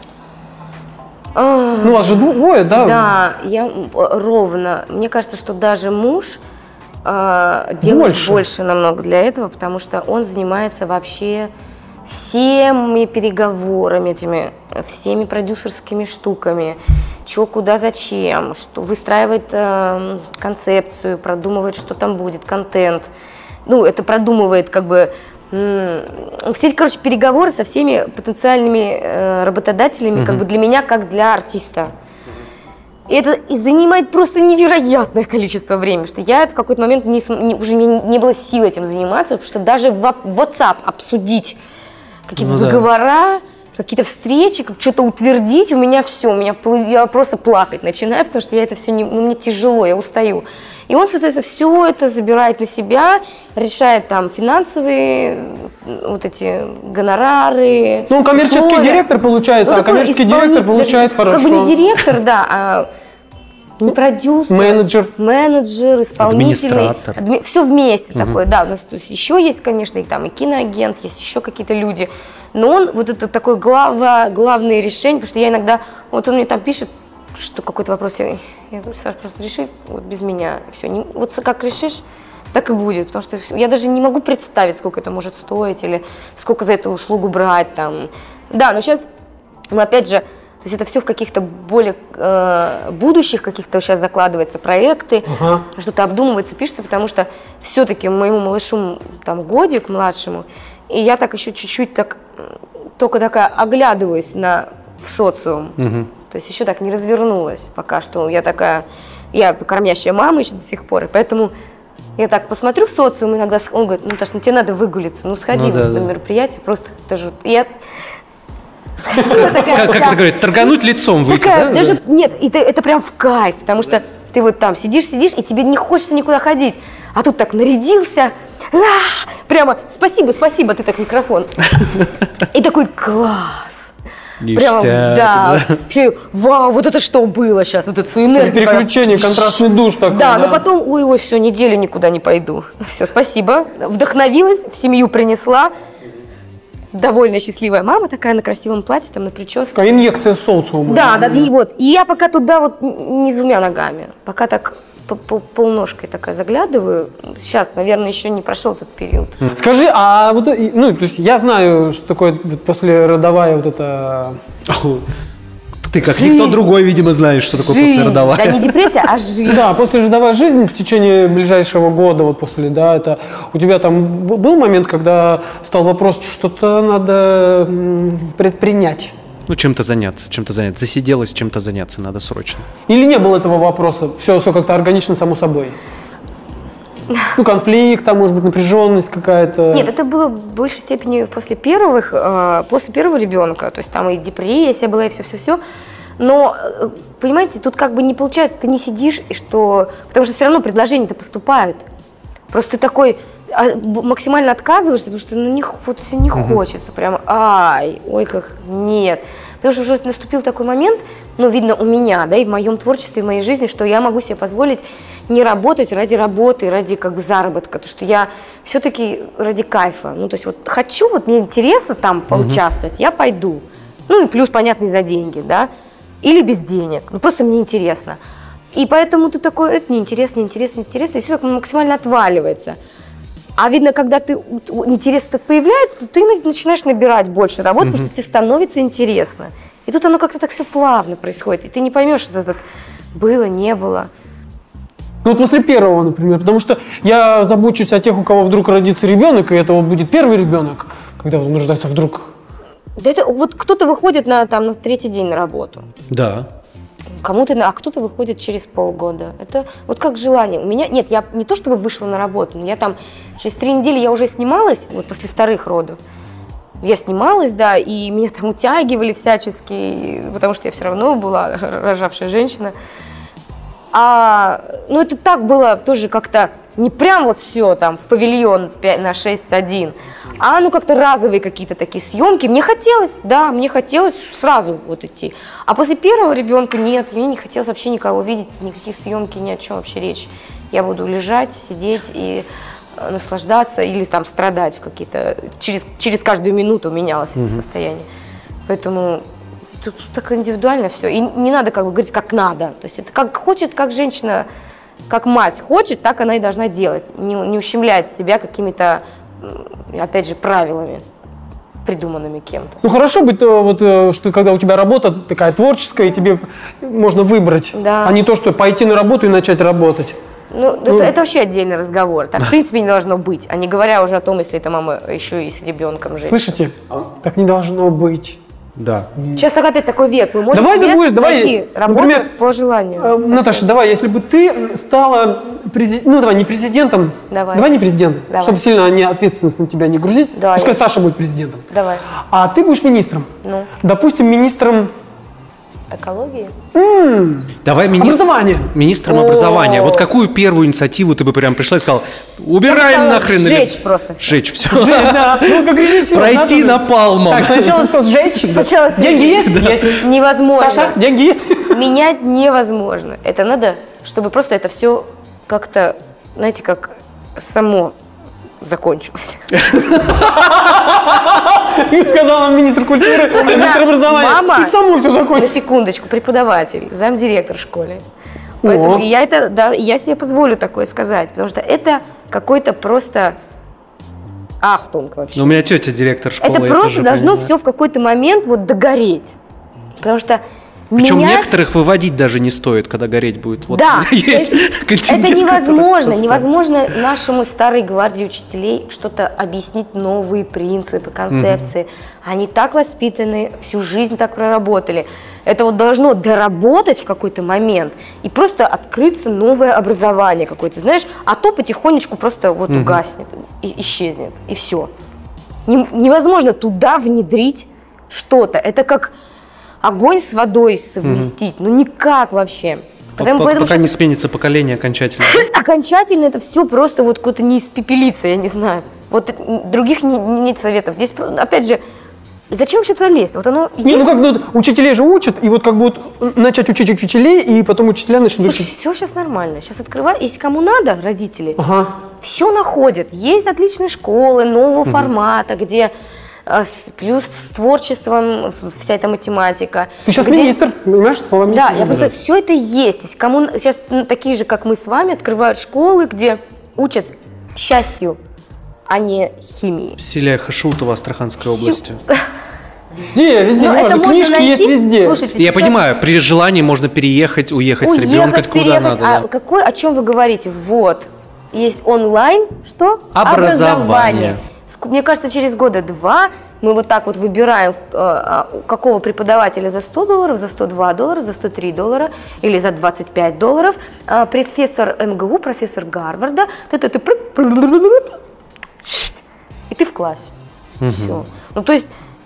А, ну, у вас же двое, да? Да, я ровно. Мне кажется, что даже муж э, делает больше. больше намного для этого, потому что он занимается вообще всеми переговорами, этими, всеми продюсерскими штуками, что, куда, зачем, что выстраивает э, концепцию, продумывает, что там будет, контент. Ну, это продумывает как бы м- все эти, короче, переговоры со всеми потенциальными э, работодателями, mm-hmm. как бы для меня, как для артиста. И это и занимает просто невероятное количество времени, что я в какой-то момент не, не, уже не, не было сил этим заниматься, потому что даже в WhatsApp обсудить какие-то ну, договора, да. какие-то встречи, как что-то утвердить, у меня все, у меня я просто плакать начинаю, потому что я это все не, ну, мне тяжело, я устаю. И он, соответственно, все это забирает на себя, решает там финансовые вот эти гонорары. Ну, коммерческий условия. директор получается, Ну, а коммерческий директор получает хорошо. Как бы не директор, да, а не продюсер. Менеджер. Менеджер, исполнительный. Администратор. Адми... Все вместе угу. такое, да. У нас то есть, еще есть, конечно, и там и киноагент, есть еще какие-то люди. Но он вот это такое глава, главное решение, потому что я иногда, вот он мне там пишет, что какой-то вопрос, я, я говорю, Саш, просто реши вот без меня, все, не, вот как решишь, так и будет, потому что я даже не могу представить, сколько это может стоить или сколько за эту услугу брать там. Да, но сейчас мы опять же, то есть это все в каких-то более э, будущих каких-то сейчас закладывается проекты, ага. что-то обдумывается, пишется, потому что все-таки моему малышу там годик младшему, и я так еще чуть-чуть так только такая оглядываюсь на в социум, угу. то есть еще так не развернулась пока что. Я такая, я кормящая мама еще до сих пор, и поэтому я так посмотрю в социум иногда, он говорит, ну Таш, ну тебе надо выгулиться, ну сходи ну, да, на да. мероприятие, просто даже я Как это говорит, торгануть лицом выйти, да? Даже нет, это прям в кайф, потому что ты вот там сидишь, сидишь, и тебе не хочется никуда ходить, а тут так нарядился, прямо спасибо, спасибо, ты так микрофон, и такой класс. Прям, да, да. Все, вау, вот это что было сейчас, вот это свою энергию. Переключение, когда... контрастный душ такой. Да, да, но потом, ой, ой, все, неделю никуда не пойду. Все, спасибо, вдохновилась, в семью принесла. Довольно счастливая мама такая на красивом платье, там на прическе. Такая инъекция социума. Да, да, и вот, и я пока туда вот не двумя ногами, пока так полножкой такая заглядываю. Сейчас, наверное, еще не прошел этот период. Скажи, а вот, ну, то есть я знаю, что такое после родовая вот это... Ты как жизнь. Никто другой, видимо, знаешь, что такое жизнь. Послеродовая. Да, не депрессия, а жизнь. Да, послеродовая жизнь в течение ближайшего года, вот после, да, это у тебя там был момент, когда стал вопрос, что-то надо предпринять? Ну, чем-то заняться, чем-то заняться. Засиделась, чем-то заняться надо срочно. Или не было этого вопроса? Все, все как-то органично, само собой? Ну, конфликт, там, может быть, напряженность какая-то. Нет, это было в большей степени после первых, э, после первого ребенка. То есть там и депрессия была, и все-все-все. Но, понимаете, тут как бы не получается, ты не сидишь, и что... Потому что все равно предложения-то поступают. Просто ты такой максимально отказываешься, потому что ну, не, вот, не угу. хочется. Прям, ай, ой, как нет. Потому что уже наступил такой момент, ну, видно, у меня, да, и в моем творчестве, в моей жизни, что я могу себе позволить не работать ради работы, ради как бы заработка, потому что я все-таки ради кайфа. Ну, то есть вот хочу, вот мне интересно там поучаствовать, угу. я пойду. Ну, и плюс, понятно, за деньги, да, или без денег, ну, просто мне интересно. И поэтому ты такой, это неинтересно, неинтересно, неинтересно, и все так максимально отваливается. А видно, когда ты интерес так появляется, то ты начинаешь набирать больше работы, mm-hmm. потому что тебе становится интересно. И тут оно как-то так все плавно происходит, и ты не поймешь, что это было, не было. Ну, вот после первого, например, потому что я забочусь о тех, у кого вдруг родится ребенок, и это вот будет первый ребенок, когда он рождается вдруг. Да это вот кто-то выходит на, там, на третий день на работу. Да. Кому-то, а кто-то выходит через полгода. Это вот как желание. У меня нет, я не то чтобы вышла на работу, но я там через три недели я уже снималась, вот после вторых родов. Я снималась, да, и меня там утягивали всячески, потому что я все равно была рожавшая женщина. А, ну это так было тоже как-то не прям вот все там в павильон пять на шесть один, а ну как-то разовые какие-то такие съемки. Мне хотелось, да, мне хотелось сразу вот идти. А после первого ребенка нет, мне не хотелось вообще никого видеть, никаких съемки, ни о чем вообще речь. Я буду лежать, сидеть и э, наслаждаться или там страдать в какие-то... Через, через каждую минуту менялось mm-hmm. это состояние. Поэтому... Тут так индивидуально все. И не надо как бы говорить, как надо. То есть это как хочет, как женщина, как мать хочет, так она и должна делать. Не, не ущемлять себя какими-то, опять же, правилами, придуманными кем-то. Ну хорошо быть, вот, что когда у тебя работа такая творческая, и тебе можно выбрать, да. а не то, что пойти на работу и начать работать. Ну, ну. Это, это вообще отдельный разговор. Так, в принципе, не должно быть. А не говоря уже о том, если эта мама еще и с ребенком женщина. Слышите? Так не должно быть. Да. Сейчас так опять такой век. Мы можем давай, себе будешь, давай, найти работу например, по желанию. Э, Наташа, давай, если бы ты стала президентом, ну давай не президентом, давай, давай не президентом, давай. чтобы сильно не ответственность на тебя не грузить. Давай. Пускай Саша будет президентом. Давай. А ты будешь министром. Ну. Допустим, министром Экологии? М-м. Давай министр, Образование. министром О. образования. Вот какую первую инициативу ты бы прям пришла и сказала, убираем Я бы нахрен. сказала, или- сжечь просто всё. Сжечь все. Жень, да. Ну, как режиссер. Пройти да, напалмом. Так, сначала все сжечь. Сначала всё Деньги сжечь. есть? Есть. Невозможно. Саша, деньги есть? Менять невозможно. Это надо, чтобы просто это все как-то, знаете, как само закончилось. Сказал нам министр культуры, министр образования. мама, И само все На закончится. секундочку, преподаватель, замдиректор в школе. Поэтому О. и я это, да, я себе позволю такое сказать, потому что это какой-то просто ахтунг вообще. Ну, у меня тетя директор школы. Это я просто тоже должно понимаю. все в какой-то момент вот догореть. Потому что Причем менять- некоторых выводить даже не стоит, когда гореть будет. Вот Да, есть то есть контингент, это невозможно. который Невозможно нашему старой гвардии учителей что-то объяснить, новые принципы, концепции. Они так воспитаны, всю жизнь так проработали. Это вот должно доработать в какой-то момент и просто открыться новое образование какое-то, знаешь, а то потихонечку просто вот угаснет, и исчезнет, и все. Невозможно туда внедрить что-то. Это как огонь с водой совместить. Ну никак вообще. По- Потому- по- поэтому Пока щас не сменится поколение окончательно. окончательно это все просто вот какое-то не испепелится, я не знаю. Вот это- других не- не- нет советов. Здесь, опять же, зачем вообще туда лезть? Вот оно Не, ну есть. как, ну, вот учителей же учат, и вот как бы вот начать учить учителей, и потом учителя начнут Слушай, учить. все сейчас нормально. Сейчас открываю. Если кому надо, родители, Ага. все находят. Есть отличные школы нового формата, где э, с- плюс с творчеством в- вся эта математика. Ты сейчас где- министр, понимаешь, слова министра. Да, я просто все это есть. Если кому сейчас ну, такие же, как мы с вами, открывают школы, где учат счастью, а не химии. В селе Хашутово Астраханской области. Везде, везде, Но не это важно, можно книжки есть найти. везде. Слушайте, Я сейчас понимаю, при желании можно переехать, уехать с уехать, ребенком куда переехать. надо. А да. какой, о чем вы говорите? Вот. Есть онлайн, что? Образование. Ск- Мне кажется, через года два мы вот так вот выбираем, э, а, у какого преподавателя за сто долларов, за сто два доллара, за сто три доллара или за двадцать пять долларов. А, профессор эм гэ у, профессор Гарварда. Ты, ты, ты, прыг, и ты в классе. Все. Ну, то есть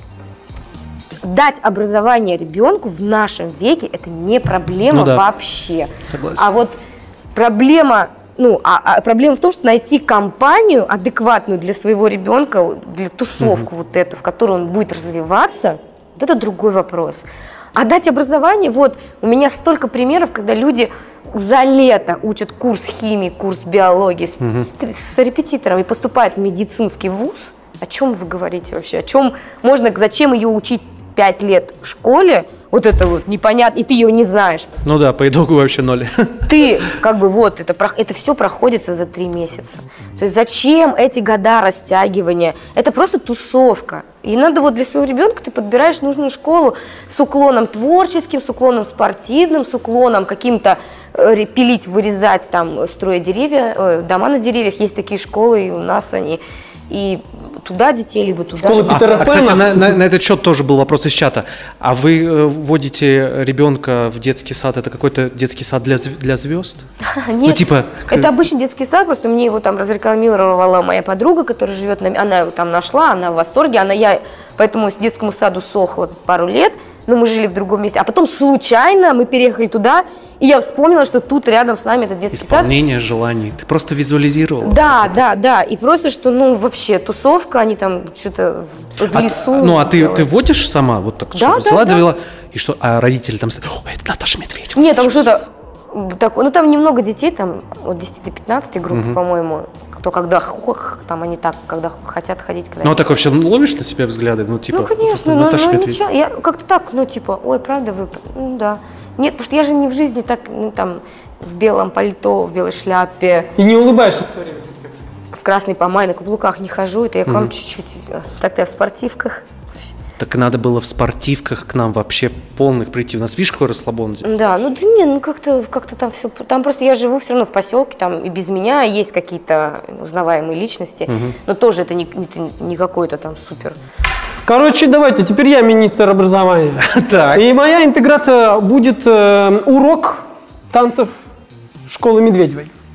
дать образование ребенку в нашем веке – это не проблема Ну да. вообще. Согласен. А вот проблема, ну, а, а проблема в том, что найти компанию адекватную для своего ребенка, для тусовку вот эту, в которой он будет развиваться, вот это другой вопрос. А дать образование, вот, у меня столько примеров, когда люди за лето учат курс химии, курс биологии с, с репетитором и поступают в медицинский вуз. О чем вы говорите вообще? О чем можно, зачем ее учить пять лет в школе? Вот это вот непонятно, и ты ее не знаешь. Ну да, по итогу вообще ноль. Ты, как бы, вот, это, про- это все проходится за три месяца. То есть зачем эти года растягивания? Это просто тусовка. И надо вот для своего ребенка ты подбираешь нужную школу с уклоном творческим, с уклоном спортивным, с уклоном каким-то э, пилить, вырезать, там, строя деревья, э, дома на деревьях. Есть такие школы, и у нас они. И туда детей, либо туда. Школа либо- А, Питера а, кстати, Пэна. на, на- на этот счет тоже был вопрос из чата. А вы э, вводите ребенка в детский сад? Это какой-то детский сад для, зв- для звезд? Нет, Ну, типа, к- это обычный детский сад, просто мне его там разрекламировала моя подруга, которая живет, на, она его там нашла, она в восторге, она, я поэтому с детскому саду сохла пару лет, но мы жили в другом месте, а потом случайно мы переехали туда, и я вспомнила, что тут рядом с нами этот детский сад. Исполнение желаний. Ты просто визуализировал. Да, да, да, и просто, что, ну, вообще, тусовка, они там что-то в в А- лесу. ну, а ты, делают. ты водишь сама? Вот так, Да, чтобы да, взяла, да. довела, и что? А родители там стоят, о, это Наташа Медведева. Нет, там что-то такое, ну там немного детей, там от десяти до пятнадцати групп, по-моему, кто когда хох, там они так, когда хотят ходить, когда Ну, а так вообще ловишь на себя взгляды? Ну, типа, Ну, конечно, это ну, Наташа ну, Медведева. ничего, я как-то так, ну, типа, ой, правда вы, ну, да. Нет, потому что я же не в жизни так, ну, там, в белом пальто, в белой шляпе, И не улыбаешься все время. в красной помае, на каблуках не хожу, это я к вам чуть-чуть, э, так-то я в спортивках. Так надо было в спортивках к нам вообще полных прийти. У нас, видишь, какой расслабон здесь? Да, ну, да не, ну, как-то, как-то там все, там просто я живу все равно в поселке, там и без меня есть какие-то узнаваемые личности, но тоже это не, не, не какой-то там супер. Короче, давайте, теперь я министр образования. Так. И моя интеграция будет э, урок танцев школы Медведевой.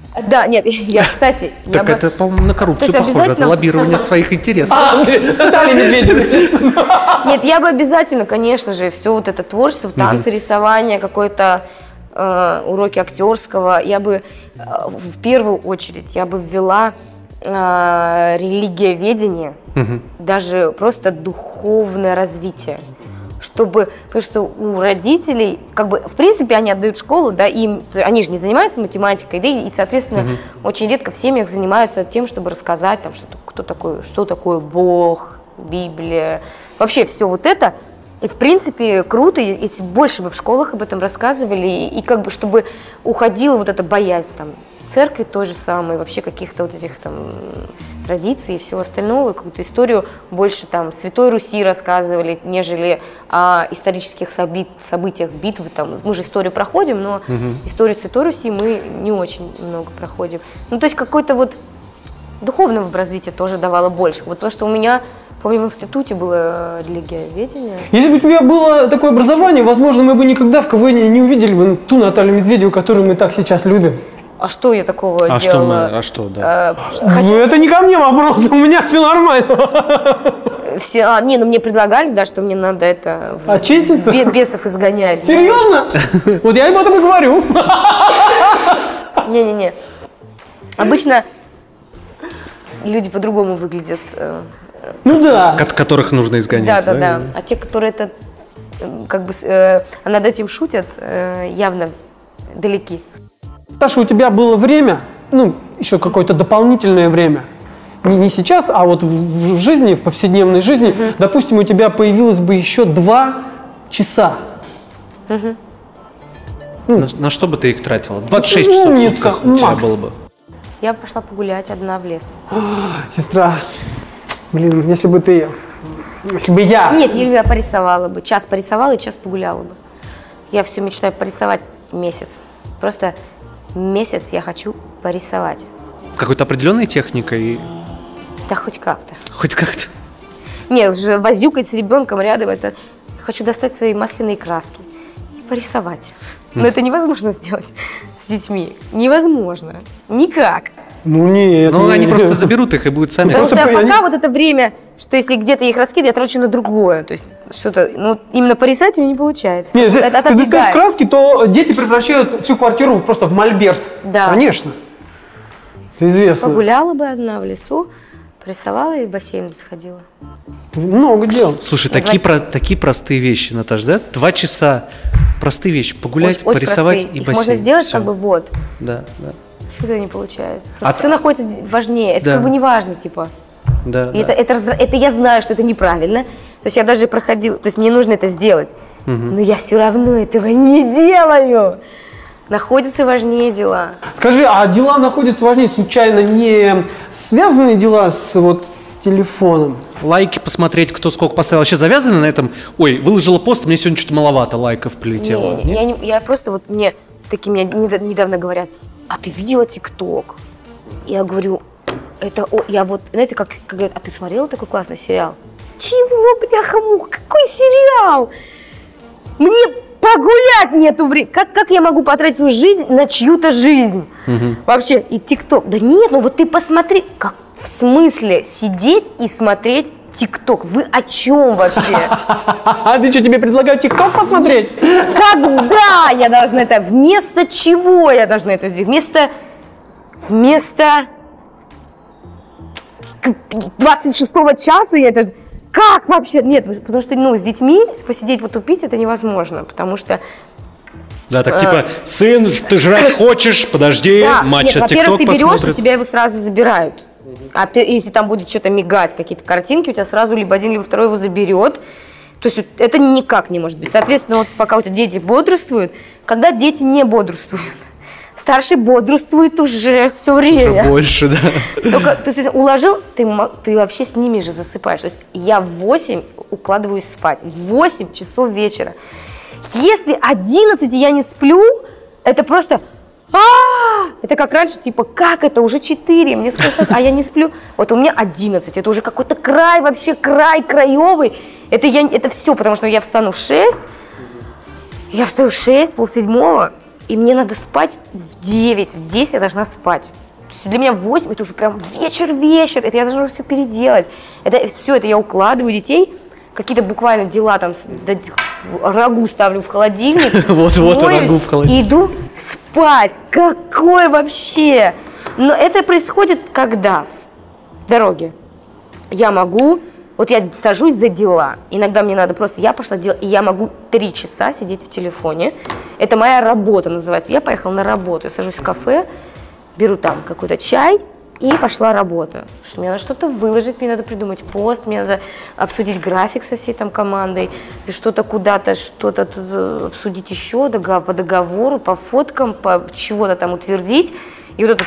Да, нет, я, кстати... я Так бы- это, по-моему, на коррупцию То есть похоже, это обязательно- лоббирование своих интересов. А, Наталья Медведева. Нет, я бы обязательно, конечно же, все вот это творчество, танцы, рисование, какое-то э, уроки актерского, я бы э, в первую очередь я бы ввела э, религиоведение, даже просто духовное развитие. Чтобы, потому что у родителей, как бы, в принципе, они отдают школу, да, им, они же не занимаются математикой, да, и, соответственно, угу. очень редко в семьях занимаются тем, чтобы рассказать, там, что, кто такой, что такое Бог, Библия, вообще все вот это. И, в принципе, круто, если больше бы в школах об этом рассказывали, и, и как бы, чтобы уходила вот эта боязнь, там, церкви то же самое, вообще каких-то вот этих там традиций и всего остального, какую-то историю больше там Святой Руси рассказывали, нежели о исторических собит, событиях, битвы там. Мы же историю проходим, но угу. историю Святой Руси мы не очень много проходим. Ну, то есть какой-то вот духовного развития тоже давало больше. Вот то, что у меня, помню, в институте было религиоведение. Если бы у тебя было такое образование, возможно, мы бы никогда в КВН не увидели бы ту Наталью Медведеву, которую мы так сейчас любим. А что я такого а делала? Что мы, а что, да. Э, хотя... Это не ко мне вопрос, у меня все нормально. Все, а, не, ну мне предлагали, да, что мне надо это... В, очиститься? Бе- бесов изгонять. Серьезно? Вот я об этом и говорю. Не-не-не. Обычно люди по-другому выглядят. э, Ну да. Ко- которых нужно изгонять. Да-да-да. А те, которые это, э, как бы, э, над этим шутят, э, явно далеки. Таша, у тебя было время, ну, еще какое-то дополнительное время, не, не сейчас, а вот в, в жизни, в повседневной жизни, угу. допустим, у тебя появилось бы еще два часа. Угу. На, на что бы ты их тратила? двадцать шесть часов в сутках у тебя было бы. Я пошла погулять одна в лес. Сестра, блин, если бы ты, если бы я... Нет, я порисовала бы, час порисовала и час погуляла бы. Я все мечтаю порисовать месяц. Просто... Месяц я хочу порисовать. Какой-то определенной техникой? Да хоть как-то. Хоть как-то? Нет, уже возюкать с ребенком рядом, это... Хочу достать свои масляные краски и порисовать. Но это невозможно сделать с детьми. Невозможно. Никак. Ну нет. Ну нет, они нет. просто заберут их и будут сами... Потому Просто что они- пока вот это время, что если где-то их раскидываю, я трачу на другое. То есть что-то, ну, именно порисовать у меня не получается. Нет, если Это ты достаешь отодвигает. краски, то дети превращают всю квартиру просто в мольберт. Да. Конечно. Это известно. Погуляла бы одна в лесу, порисовала и в бассейн сходила. Много дел. Слушай, Два такие, часа. про, такие простые вещи, Наташ, да? Два часа. Простые вещи. Погулять, Очень- очень порисовать простые. и Их бассейн. можно сделать Всё. как бы вот. Да, да. Что-то не получается. А все т- находится важнее. Это Да. как бы не важно, типа. Да, И да. это, это, раздра- это я знаю, что это неправильно. То есть я даже проходила, то есть мне нужно это сделать. Но я все равно этого не делаю. Находятся важнее дела. Скажи, а дела находятся важнее, случайно не связанные дела с, вот, с телефоном? Лайки посмотреть, кто сколько поставил. Вообще завязаны на этом? Ой, выложила пост, мне сегодня что-то маловато лайков прилетело. Не, я, не- я просто вот мне такие мне недо- недавно говорят: а ты видела ТикТок? Я говорю, это, о, я вот, знаете, как, как говорят, а ты смотрела такой классный сериал? Чего, бляха-муха, какой сериал? Мне погулять нету времени. Как, как я могу потратить свою жизнь на чью-то жизнь? Вообще, и ТикТок. Да нет, ну вот ты посмотри. Как, в смысле сидеть и смотреть ТикТок? Вы о чем вообще? А ты что, тебе предлагают ТикТок посмотреть? Когда я должна это? Вместо чего я должна это сделать? Вместо... Вместо... двадцать шестого часа я это... Как вообще? Нет, потому что, ну, с детьми посидеть, потупить, это невозможно, потому что... Да, так типа, сын, ты жрать хочешь, подожди, Да, мать нет, сейчас во-первых, ТикТок ты берешь, посмотрит. у тебя его сразу забирают. А пе- если там будет что-то мигать, какие-то картинки, у тебя сразу либо один, либо второй его заберет. То есть вот это никак не может быть. Соответственно, вот пока у тебя дети бодрствуют, когда дети не бодрствуют, старший бодрствует уже все время. Уже больше, да. Только ты с- уложил, ты, мо- ты вообще с ними же засыпаешь. То есть я в восемь укладываюсь спать, в восемь часов вечера. Если одиннадцать я не сплю, это просто... А! Это как раньше, типа, как это, уже четыре, мне скоро встать, а я не сплю. Вот у меня одиннадцать, это уже какой-то край, вообще край краевый. Это, я, это все, потому что я встану в шесть, я встаю в шесть, полседьмого, и мне надо спать в девять, в десять я должна спать. То есть для меня в восемь это уже прям вечер-вечер, это я должна все переделать. Это все, это я укладываю детей, какие-то буквально дела, там, рагу ставлю в холодильник, вот-вот, рагу в холодильник. И иду спать. Какой вообще? Но это происходит когда? В дороге. Я могу, вот я сажусь за дела, иногда мне надо просто, я пошла делать, и я могу три часа сидеть в телефоне. Это моя работа называется. Я поехала на работу, я сажусь в кафе, беру там какой-то чай, и пошла работа. Потому что мне надо что-то выложить, мне надо придумать пост, мне надо обсудить график со всей там командой, что-то куда-то, что-то обсудить еще по договору, по фоткам, по чего-то там утвердить. И вот это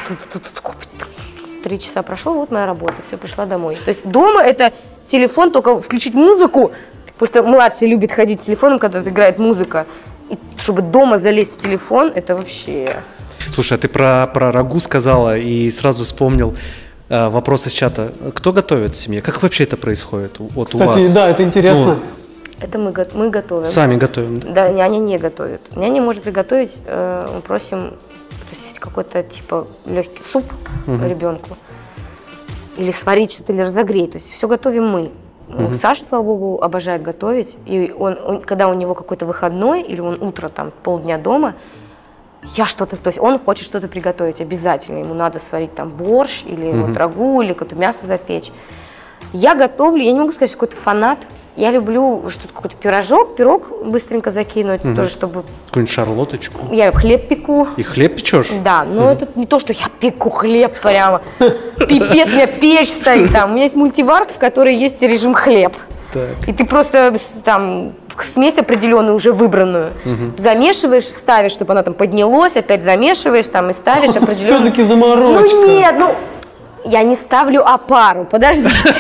три часа прошло, вот моя работа, все, пришла домой. То есть дома это телефон, только включить музыку, потому что младший любит ходить с телефоном, когда играет музыка. И чтобы дома залезть в телефон, это вообще... Слушай, а ты про, про рагу сказала и сразу вспомнил э, вопрос из чата. Кто готовит в семье? Как вообще это происходит вот Кстати, у вас? да, это интересно. Ну, это мы, мы готовим. Сами готовим? Да, няня не готовит. Няня может приготовить, э, мы просим, то есть есть какой-то типа легкий суп угу. ребенку, или сварить что-то, или разогреть. То есть все готовим мы. Угу. Саша, слава богу, обожает готовить. И он, он, когда у него какой-то выходной, или он утро, там, полдня дома, я что-то, то есть он хочет что-то приготовить обязательно. Ему надо сварить там борщ, или угу. вот, рагу, или какое-то мясо запечь. Я готовлю, я не могу сказать, что какой-то фанат. Я люблю что-то, какой-то пирожок, пирог быстренько закинуть, угу. тоже, чтобы... Какую-нибудь шарлоточку? Я хлеб пеку. И хлеб печешь? Да, но угу. это не то, что я пеку хлеб прямо. Пипец, у меня печь стоит там. У меня есть мультиварка, в которой есть режим хлеб. Так. И ты просто там смесь определенную, уже выбранную, угу. замешиваешь, ставишь, чтобы она там поднялась, опять замешиваешь там и ставишь определенную. Все-таки заморочка. Ну нет, ну я не ставлю опару, подождите.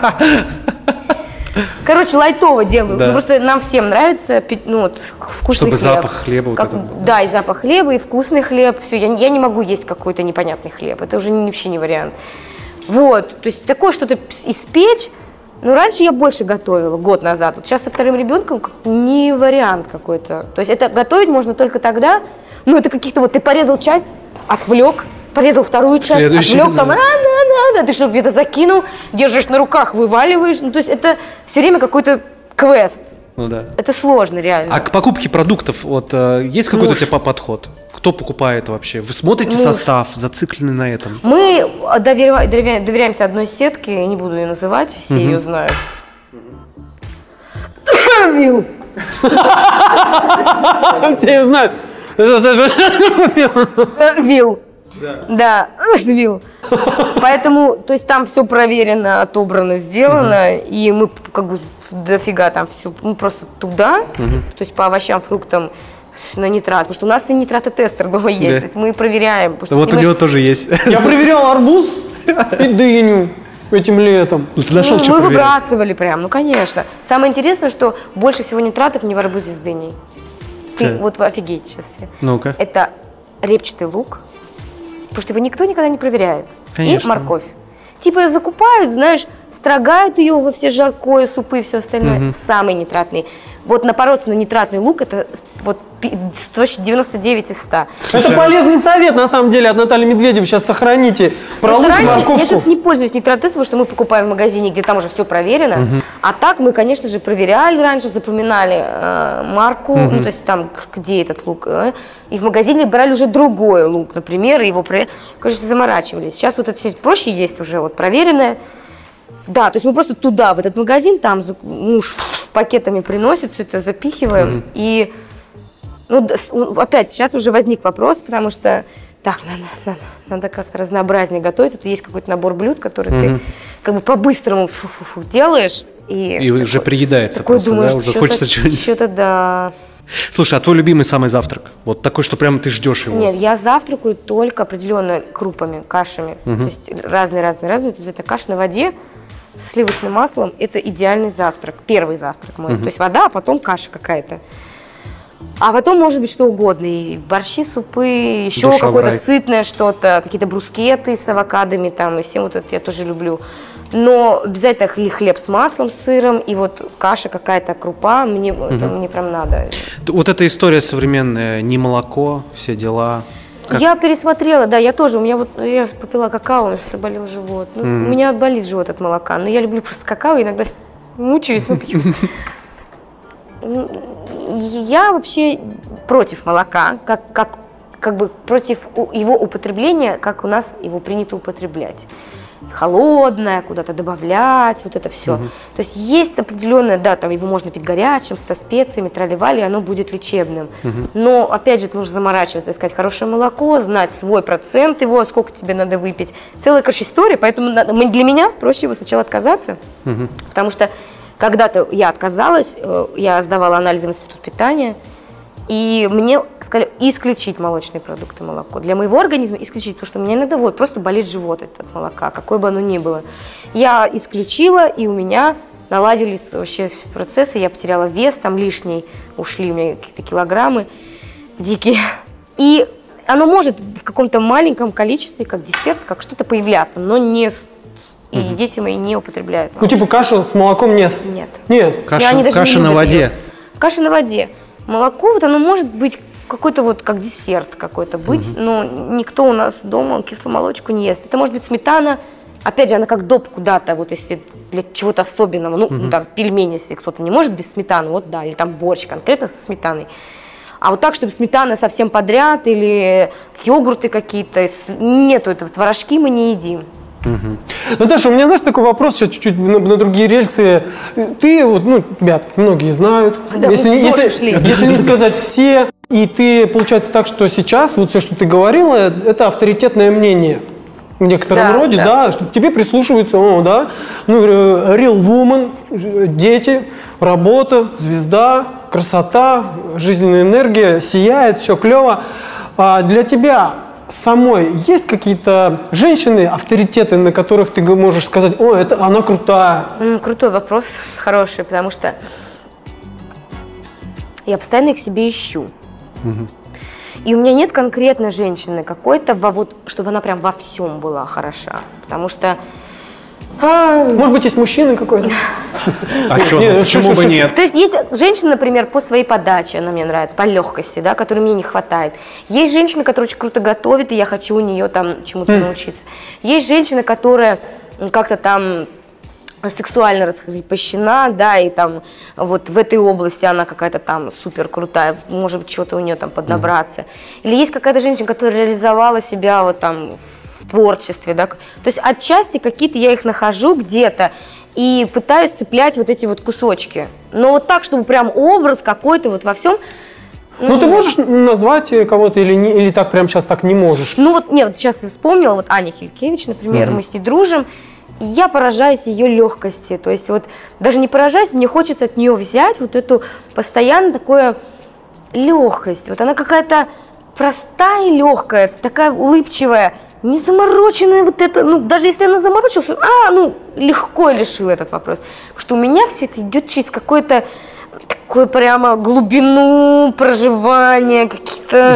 Короче, лайтово делаю. Да. Ну, просто нам всем нравится ну, вот, вкусный Чтобы хлеб. запах хлеба. Как, вот это, да. да, и запах хлеба, и вкусный хлеб. Все, я, я не могу есть какой-то непонятный хлеб. Это уже вообще не вариант. Вот, то есть такое что-то испечь. Ну, раньше я больше готовила, год назад. Вот сейчас со вторым ребенком не вариант какой-то. То есть это готовить можно только тогда, ну, это каких-то вот ты порезал часть, отвлек, порезал вторую часть, Следующий, отвлек, там, да. а-на-на-на, ты что, где-то закинул, держишь на руках, вываливаешь. Ну, то есть это все время какой-то квест. Ну, да. Это сложно, реально. А к покупке продуктов вот, э, есть какой-то Муж. у тебя подход? Кто покупает вообще? Вы смотрите Муж. состав, зациклены на этом? Мы доверя... доверя... доверяемся одной сетке, не буду ее называть, все Угу. ее знают. Вилл. Все ее знают. Вилл. Да, Вилл. Поэтому, то есть там все проверено, отобрано, сделано, и мы как бы дофига там все, ну просто туда, то есть по овощам, фруктам, на нитрат, потому что у нас и нитратотестер дома есть, Да. то есть мы проверяем. Да вот у мы... него тоже есть. Я проверял арбуз и дыню этим летом. Ты нашел, ну, что мы проверять? выбрасывали прям, ну конечно. Самое интересное, что больше всего нитратов не в арбузе с дыней. Ты Так. вот вы офигеете сейчас все. Ну-ка. Это репчатый лук, потому что его никто никогда не проверяет. Конечно. И морковь. Типа ее закупают, знаешь, строгают ее во все жаркое, супы и все остальное. Мгм. Самый нитратный. Вот напороться на нитратный лук, это вот девяносто девять из ста. Это полезный совет, на самом деле, от Натальи Медведевой. Сейчас сохраните про Просто лук и раньше, морковку. я сейчас не пользуюсь нитратестом, потому что мы покупаем в магазине, где там уже все проверено. Угу. А так мы, конечно же, проверяли раньше, запоминали э, марку, угу. ну, то есть там, где этот лук. Э, и в магазине брали уже другой лук, например, и его, конечно, заморачивались. Сейчас вот это все проще есть уже, вот проверенное. Да, то есть мы просто туда, в этот магазин, там муж пакетами приносит, все это запихиваем. Mm-hmm. И, ну, опять, сейчас уже возник вопрос, потому что, так, надо, надо, надо как-то разнообразнее готовить. Тут есть какой-то набор блюд, который mm-hmm. ты как бы по-быстрому фу-фу-фу делаешь. И, и уже такой, приедается такой просто, думаешь, да? Уже что-то, хочется чего-нибудь. Что-то, да. Слушай, а твой любимый самый завтрак? Вот такой, что прямо ты ждешь его? Нет, я завтракаю только определенно крупами, кашами. Mm-hmm. То есть разные-разные-разные. Это каша на воде с сливочным маслом, это идеальный завтрак, первый завтрак мой. Uh-huh. То есть вода, а потом каша какая-то. А потом может быть что угодно. И борщи, супы, еще Душа какое-то в рай. сытное что-то, какие-то брускеты с авокадами там, и всем вот это я тоже люблю. Но обязательно и хлеб с маслом, с сыром, и вот каша какая-то, крупа, мне, это мне прям надо. Вот эта история современная, не молоко, все дела. Как? Я пересмотрела, да, я тоже, у меня вот, я попила какао, у меня заболел живот. Ну, Mm. У меня болит живот от молока, но я люблю просто какао, иногда мучаюсь, но пью. Я вообще против молока, как, как, как бы против его употребления, как у нас его принято употреблять. Холодное, куда-то добавлять, вот это все. Угу. То есть есть определенное, да, там его можно пить горячим, со специями, трали-вали, оно будет лечебным. Угу. Но, опять же, нужно заморачиваться, искать хорошее молоко, знать свой процент его, сколько тебе надо выпить. Целая, короче, история, поэтому надо, для меня проще его сначала отказаться, угу. потому что когда-то я отказалась, я сдавала анализы в институт питания, и мне сказали исключить молочные продукты, молоко. Для моего организма исключить, потому что у меня иногда вот просто болит живот от молока, какое бы оно ни было. Я исключила, и у меня наладились вообще процессы, я потеряла вес, там лишний, ушли у меня какие-то килограммы дикие. И оно может в каком-то маленьком количестве, как десерт, как что-то появляться, но не... И угу. дети мои не употребляют молоко. Ну, типа каша с молоком нет? Нет. Нет. Каша, каша на воде. Ее. Каша на воде. Молоко, вот оно может быть какой-то вот как десерт какой-то быть, угу. но никто у нас дома кисломолочку не ест. Это может быть сметана, опять же, она как доп куда-то, вот если для чего-то особенного, ну, угу. там, пельмени, если кто-то не может без сметаны, вот да, или там борщ конкретно со сметаной. А вот так, чтобы сметана совсем подряд или йогурты какие-то, нету этого, творожки мы не едим. Угу. Наташа, у меня, знаешь, такой вопрос, сейчас чуть-чуть на, на другие рельсы. Ты, вот, ну, тебя многие знают, да, если, вот если, если не сказать все, и ты, получается так, что сейчас, вот все, что ты говорила, это авторитетное мнение в некотором да, роде, да, да, что к тебе прислушиваются, о, да, ну, real woman, дети, работа, звезда, красота, жизненная энергия, сияет, все клево. А для тебя самой есть какие-то женщины, авторитеты, на которых ты можешь сказать, о, это она крутая? Mm, крутой вопрос, хороший, потому что я постоянно их себе ищу. Mm-hmm. И у меня нет конкретной женщины какой-то, во, вот, чтобы она прям во всем была хороша. Потому что... Может быть, есть мужчина какой-то? А что, почему бы нет? То есть есть женщина, например, по своей подаче, она мне нравится, по легкости, да, которой мне не хватает. Есть женщина, которая очень круто готовит, и я хочу у нее там чему-то научиться. Есть женщина, которая как-то там сексуально раскрепощена, да, и там вот в этой области она какая-то там супер крутая, может быть, что-то у нее там поднабраться. Или есть какая-то женщина, которая реализовала себя вот там в творчестве, да. То есть отчасти какие-то я их нахожу где-то и пытаюсь цеплять вот эти вот кусочки. Но вот так, чтобы прям образ какой-то вот во всем. Ну, ну ты можешь назвать кого-то или, не, или так прям сейчас так не можешь? Ну вот, нет, вот сейчас вспомнила, вот Аня Хилькевич, например, mm-hmm. мы с ней дружим. Я поражаюсь ее легкости. То есть вот даже не поражаюсь, мне хочется от нее взять вот эту постоянно такую легкость. Вот она какая-то простая и легкая, такая улыбчивая, не замороченная вот это. Ну, даже если она заморочилась, а, ну, легко решила этот вопрос. Потому что у меня все это идет через какое-то такое прямо глубину проживания, какие-то...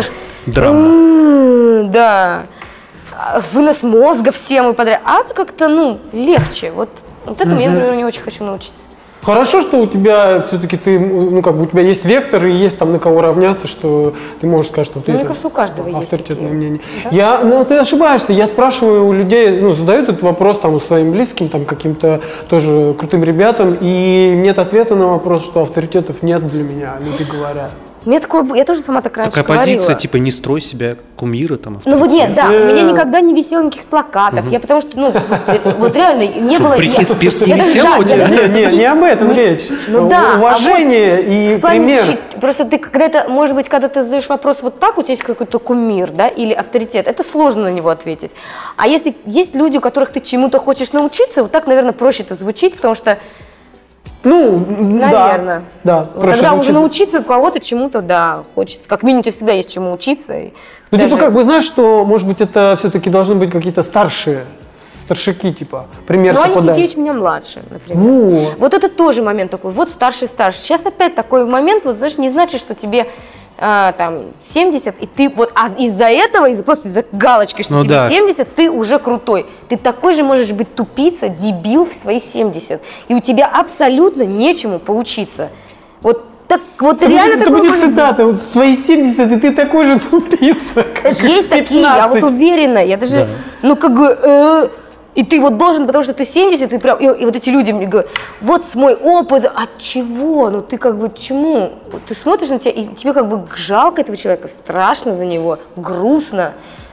Драма. Да. Вынос мозга всем и подряд. А как-то, ну, легче. Вот, вот это я, например, не очень хочу научиться. Хорошо, что у тебя все-таки ты, ну, как бы у тебя есть вектор и есть там на кого равняться, что ты можешь сказать, что ты ну, это мне кажется, у каждого авторитетное есть мнение. Да? Я, ну, ты ошибаешься. Я спрашиваю у людей, ну, задаю этот вопрос там своим близким, там каким-то тоже крутым ребятам, и нет ответа на вопрос, что авторитетов нет для меня, люди говорят. Мне такое, я тоже сама так раньше Такая говорила. позиция, типа, не строй себя кумира там. Ну вот нет, да, у меня никогда не висело никаких плакатов. Я потому что, ну, вот реально не было... Бритни Спирс не висела у тебя? Не, не, не об этом речь. Ну да. Уважение и пример. Просто ты, когда это, может быть, когда ты задаешь вопрос вот так, у тебя есть какой-то кумир, да, или авторитет, это сложно на него ответить. А если есть люди, у которых ты чему-то хочешь научиться, вот так, наверное, проще это звучит, потому что Ну, наверное. Да. да вот тогда звучит. Уже научиться кого-то чему-то, да, хочется. Как минимум, у тебя всегда есть чему учиться. Ну, даже... типа, как бы, знаешь, что, может быть, это все-таки должны быть какие-то старшие, старшаки, типа, пример Ну, Аня попадает. Хикевич меня младше, например. Вот. Вот это тоже момент такой, вот старший-старший. Сейчас опять такой момент, вот знаешь, не значит, что тебе а, там семьдесят, и ты вот, а из-за этого, из просто из-за галочки, что Ну тебе да. семьдесят, ты уже крутой. Ты такой же можешь быть тупица, дебил в свои семьдесят. И у тебя абсолютно нечему поучиться. Вот так вот Это реально будет, это такое будет может быть. цитата. Вот в свои семьдесят, и ты такой же тупица, как Есть в такие, я вот пятнадцать. уверена, я даже, Да. ну как бы, э, и ты вот должен, потому что ты семьдесят, и, прям, и, и вот эти люди мне говорят, вот мой опыт, от чего, ну ты как бы чему? Ты смотришь на тебя, и тебе как бы жалко этого человека, страшно за него, грустно.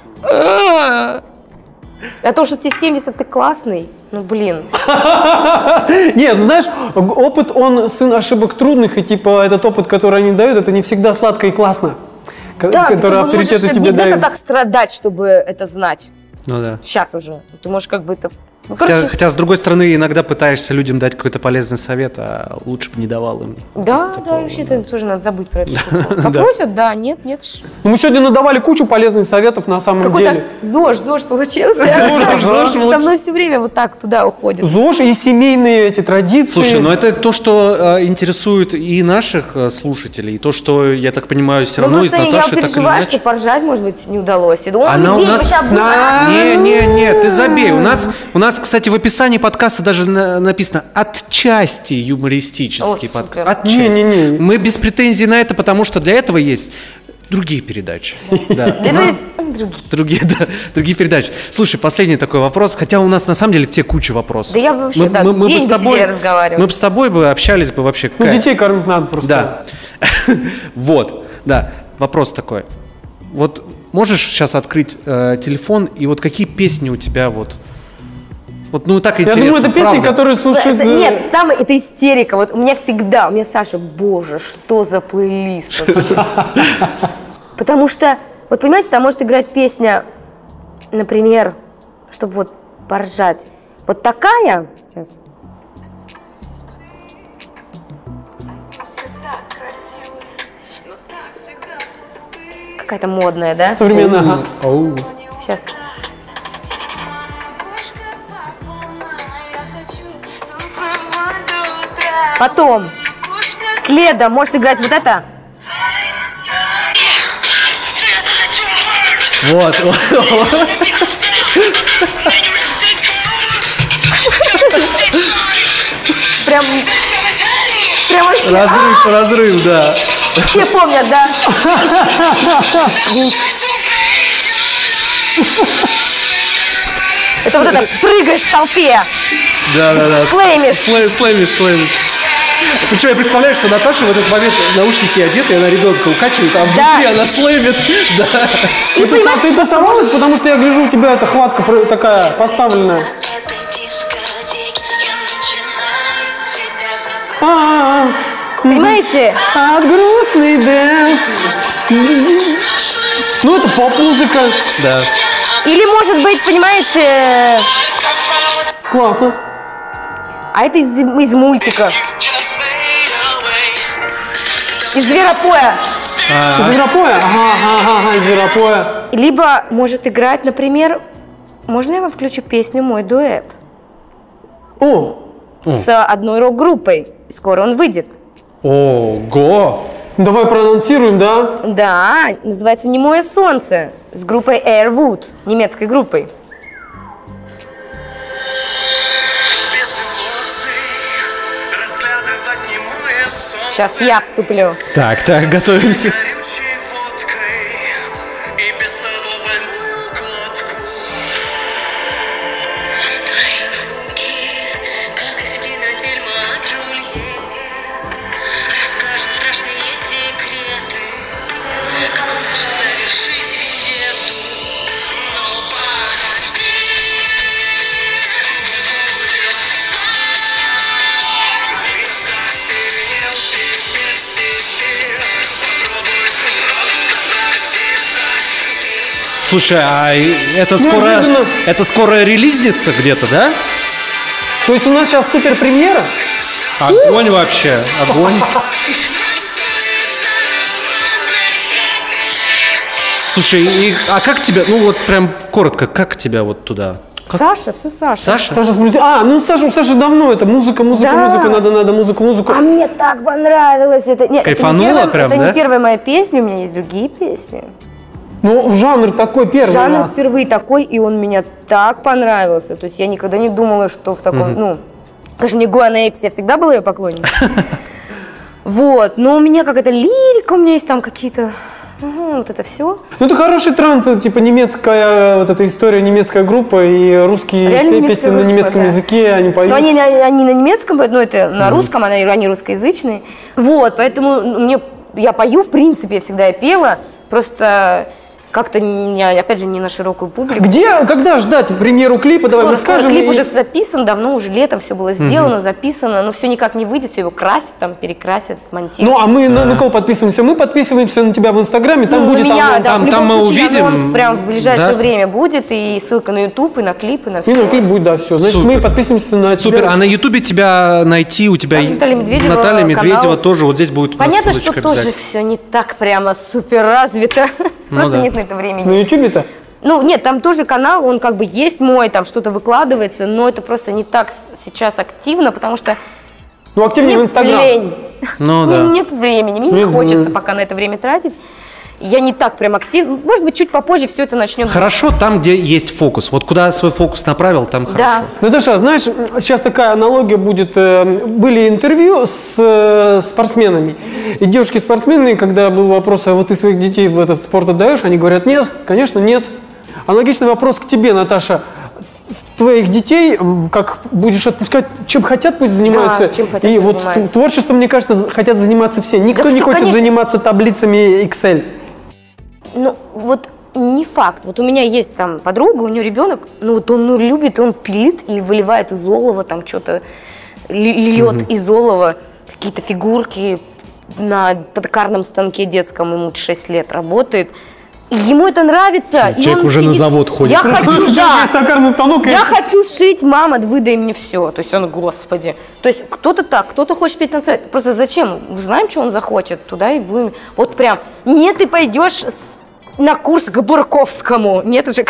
А то, что тебе семьдесят, ты классный, ну блин. Нет, ну знаешь, опыт, он сын ошибок трудных, и типа этот опыт, который они дают, это не всегда сладко и классно. К- Да, ты который как бы авторитеты можешь, тебе не обязательно дают. так страдать, чтобы это знать. Ну да. Сейчас уже. Ты можешь как бы это... Ну, Хотя, короче, хотя, с другой стороны, иногда пытаешься людям дать какой-то полезный совет, а лучше бы не давал им. да, да, такого, вообще да. это тоже надо забыть про это. штуку. Попросят, да, нет, нет. Ну, мы сегодня надавали кучу полезных советов на самом Какой-то деле. ЗОЖ, ЗОЖ получился. ЗОЖ, ЗОЖ Со получился. мной все время вот так туда уходит. ЗОЖ и семейные эти традиции. Слушай, ну это то, что э, интересует и наших э, слушателей, и то, что, я так понимаю, все Ну, равно из просто я Наташи так или переживаю, что иначе. поржать, может быть, не удалось. Я думаю, Она у медведь, нас... мы щас будем- Не, не, не, ты забей. У нас, у нас, кстати, в описании подкаста даже на- написано «отчасти юмористический О, подкаст». супер. Отчасти. Не-не-не. Мы без претензий на это, потому что для этого есть другие передачи. Да. Для этого есть другие. Другие, да, другие передачи. Слушай, последний такой вопрос. Хотя у нас на самом деле к тебе куча вопросов. Да я бы вообще, да, бы день с бы тобой, сидели разговаривали. мы бы с тобой бы общались бы вообще. Ну, кайф. детей кормить надо просто. Да. Вот, да. Вопрос такой. Вот можешь сейчас открыть э, телефон, и вот какие песни у тебя вот... Вот, ну, так Я интересно, думаю, это песни, правда. которые слушают... э, Нет, самое, это истерика. Вот у меня всегда, у меня Саша, боже, что за плейлист вообще? Потому что, вот понимаете, там может играть песня, например, чтобы вот поржать. Вот такая, сейчас. Какая-то модная, да? Современная, ага. Оу. Сейчас. Потом, следом может играть вот это. Вот, вот. Прям, прям вообще, Разрыв, разрыв, да. все помнят, да? Это вот это, прыгаешь в толпе. Да, да, да. Слэмишь. Слэ- Слэмишь, слэмишь. Причем я представляю, что Наташа в этот момент наушники одеты, и она ребенка укачивает, а Да. внутри она слэмит. Да. Ты, тусо- ты тусовалась, потому что я гляжу, у тебя эта хватка про- такая поставленная. А, Понимаете? от грустный дэнс. Ну, это поп-музыка. Да. Или может быть, понимаете, Классно. а это из, из мультика. Из зверопоя. Зверопоя? Ага, ага, ага, зверопоя. Либо может играть, например, можно я вам включу песню «Мой дуэт» О, с одной рок-группой. Скоро он выйдет. Ого! давай проанонсируем, да? Да, называется «Немое солнце» с группой Airwood, немецкой группой. Без эмоций разглядывать немое солнце. Сейчас я вступлю. Так, так, готовимся. Горючей водкой и без того больную глотку. Твои руки, как из кинофильма о Джульетте, расскажут страшные секреты, как лучше совершить вендетту. Но подожди, будет спать. И сочинил тебе стихи. Попробуй просто прочитать. Слушай, а и- это скоро, Неожиданно. это скоро релизница где-то, да? То есть у нас сейчас супер премьера? Огонь вообще, огонь. Слушай, и- а как тебя, ну вот прям коротко, как тебя вот туда Саша, все Саша. Саша? Саша смотрит, а, ну Саша, Саша давно это, музыка, музыка, Да. музыка, надо, надо, музыку, музыку. А мне так понравилось это. Нет, Кайфанула это не первая, прям, это да? не первая моя песня, у меня есть другие песни. Ну, жанр такой первый Жанр раз. впервые такой, и он мне так понравился. То есть я никогда не думала, что в таком, ну, конечно, не Гуана Эйпс, я всегда была ее поклонницей. Вот, но у меня какая-то лирика, у меня есть там какие-то, ага, вот это все. Ну, это хороший тренд, типа немецкая, вот эта история, немецкая группа, и русские Реально пе- немецкая песни на группа, немецком да. языке, они поют. Но они, они на немецком, но это на русском, они, они русскоязычные. Вот, поэтому мне, я пою, в принципе, я всегда и пела, просто как-то, не, опять же, не на широкую публику. Где, когда ждать премьеру клипа, давай Скоро, мы скажем. скоро клип и- уже записан, давно уже летом все было сделано, записано, но все никак не выйдет, все его красят, там, перекрасят, монтируют. Ну, а мы на, на кого подписываемся? Мы подписываемся на тебя в Инстаграме, там Ну, будет на меня, анонс. да, Там- в любом там мы случае увидим, анонс прям в ближайшее да? время будет, и ссылка на YouTube, и на клип, и на И все. на клип будет, да, все. Значит, Супер. мы подписываемся на тебя. Супер, а на Ютубе тебя найти, у тебя Там же Наталья Медведева, Наталья Медведева канал. тоже, вот здесь будет у нас Понятно, ссылочка что тоже обязательно. все не так прямо супер развито, просто да. нет на это времени. На Ютубе-то? Ну, нет, там тоже канал, он как бы есть мой, там что-то выкладывается, но это просто не так с- сейчас активно, потому что Ну, активнее в мне Инстаграм. лень. Ну Мне да. нет времени, мне не Мгм. хочется пока на это время тратить. Я не так прям активно. Может быть, чуть попозже все это начнет. Хорошо там, где есть фокус. Вот куда свой фокус направил, там Да. хорошо. Наташа, знаешь, сейчас такая аналогия будет. э, Были интервью с э, спортсменами. И девушки-спортсмены, когда был вопрос, а вот ты своих детей в этот спорт отдаешь, они говорят, нет, конечно, нет. Аналогичный вопрос к тебе, Наташа. Твоих детей, м, как будешь отпускать, чем хотят, пусть занимаются. чем хотят, И пусть вот занимаются. творчеством, мне кажется, з- хотят заниматься все. Никто Да не все, хочет конечно. заниматься таблицами Excel. Ну, вот не факт. Вот у меня есть там подруга, у нее ребенок, ну вот он ну, любит, он пилит и выливает из олова там что-то, льет из олова какие-то фигурки на токарном станке детском, ему шесть лет работает. И ему это нравится. и Человек он уже на сидит, завод ходит. Я хочу, да. Есть токарный станок, и- Я хочу шить, мама, выдай мне все. То есть он, господи. То есть кто-то так, кто-то хочет петь на цвет. Просто зачем? Узнаем, что он захочет, туда и будем. Вот прям, нет, ты пойдешь на курс к Бурковскому. Нет уже.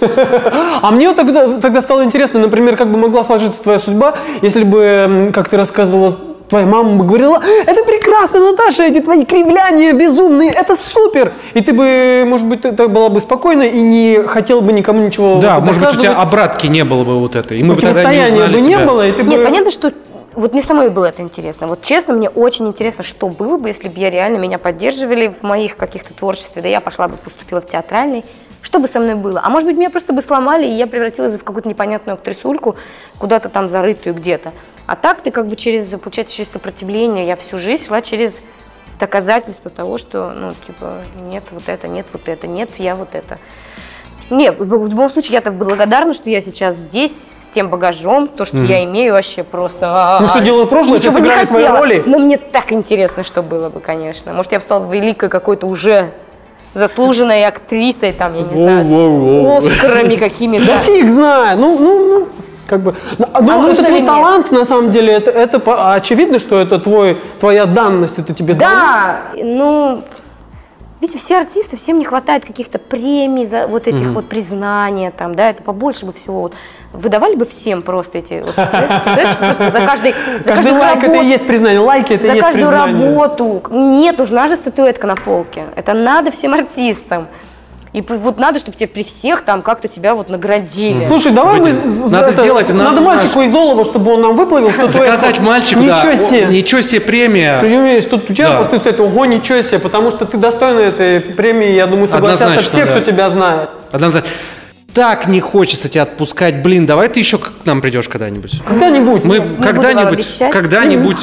А мне вот тогда, тогда стало интересно, например, как бы могла сложиться твоя судьба, если бы, м, как ты рассказывала, твоя мама бы говорила, это прекрасно, Наташа, эти твои кривляния безумные, это супер. И ты бы, может быть, ты, ты была бы спокойна и не хотела бы никому ничего Да, вот может быть, у тебя доказывать. обратки не было бы вот этой. И мы бы тогда не Противостояния узнали бы тебя. не было, и ты Нет, бы... понятно, что вот мне самой было это интересно. Вот честно, мне очень интересно, что было бы, если бы я реально меня поддерживали в моих каких-то творчестве, да я пошла бы, поступила в театральный. Что бы со мной было? А может быть, меня просто бы сломали, и я превратилась бы в какую-то непонятную актрисульку, куда-то там зарытую где-то. А так ты как бы через, получается, через сопротивление, я всю жизнь шла через доказательство того, что, ну, типа, нет вот это, нет вот это, нет, я вот это. Нет, в в любом случае, я так благодарна, что я сейчас здесь, с тем багажом, то, что я имею, вообще просто... Ну, все дело прошлое, Ничего все бы не сыграли свои хотела. роли. Но мне так интересно, что было бы, конечно. Может, я бы стала великой какой-то уже заслуженной актрисой, там, я не знаю, с Оскарами какими-то. Да фиг знаю, ну, ну, ну, как бы... Ну, А ну, нужно это ли твой мне? талант, на самом деле, это, это по- очевидно, что это твой, твоя данность, это тебе дано. Да, ну, видите, все артисты, всем не хватает каких-то премий, за вот этих вот признания, там, да, это побольше бы всего. Вот, выдавали бы всем просто эти, вот, знаешь, просто за каждый, за Каждый каждую лайк это и работу. есть признание, лайки это и За есть каждую признание. работу. Нет, нужна же статуэтка на полке. Это надо всем артистам. И п- вот надо, чтобы тебе при всех там как-то тебя вот наградили. Слушай, давай мы... Надо з- надо это, сделать, Надо надо мальчику из олова, чтобы он нам выплавил статуэтку. Заказать мальчику, да. Ничего О, себе. Ничего себе премия. Понимаешь, что у тебя Да. после этого, ого, ничего себе, потому что ты достойна этой премии, я думаю, согласятся Однозначно, все, да. кто тебя знает. Однозначно. Так не хочется тебя отпускать. Блин, давай ты еще к нам придешь когда-нибудь. Когда-нибудь. Мы не буду вам когда-нибудь, обещать. когда-нибудь.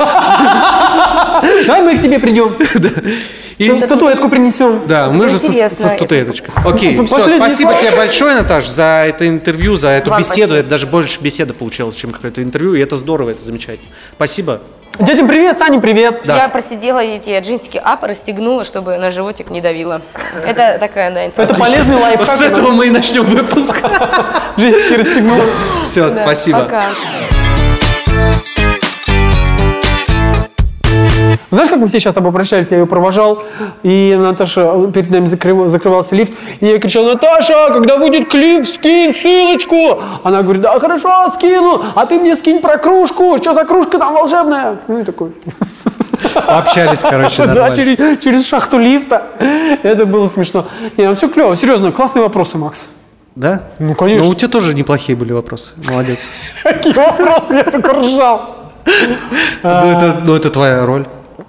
Давай мы к тебе придем. И- Статуэтку принесем. Да, мы же со, интересно. со статуэточкой. Окей, Ну, все, последний спасибо слайд. тебе большое, Наташ, за это интервью, за эту Вам беседу. спасибо. Это даже больше беседа получилась, чем какое-то интервью, и это здорово, это замечательно. Спасибо. Детям привет, Сане привет. Да. Я просидела эти джинсики ап, расстегнула, чтобы на животик не давила. Это такая, да, Это информация. полезный Вот лайфхак. с этого мы и начнем выпуск. Джессики расстегнула. Все, Да, спасибо. Пока. Знаешь, как мы все сейчас с тобой прощались, я ее провожал, и Наташа, перед нами закрыв, закрывался лифт, и я кричал: Наташа, когда выйдет клип, скинь ссылочку. Она говорит: да, хорошо, скину, а ты мне скинь про кружку, что за кружка там волшебная? Ну и такой. Общались, короче, Да, нормально. через, через шахту лифта. Это было смешно. Не, ну все клево, серьезно, классные вопросы, Макс. Да? Ну, конечно. Ну, у тебя тоже неплохие были вопросы. Молодец. Какие вопросы, я только ржал. Ну, это, ну, это твоя роль.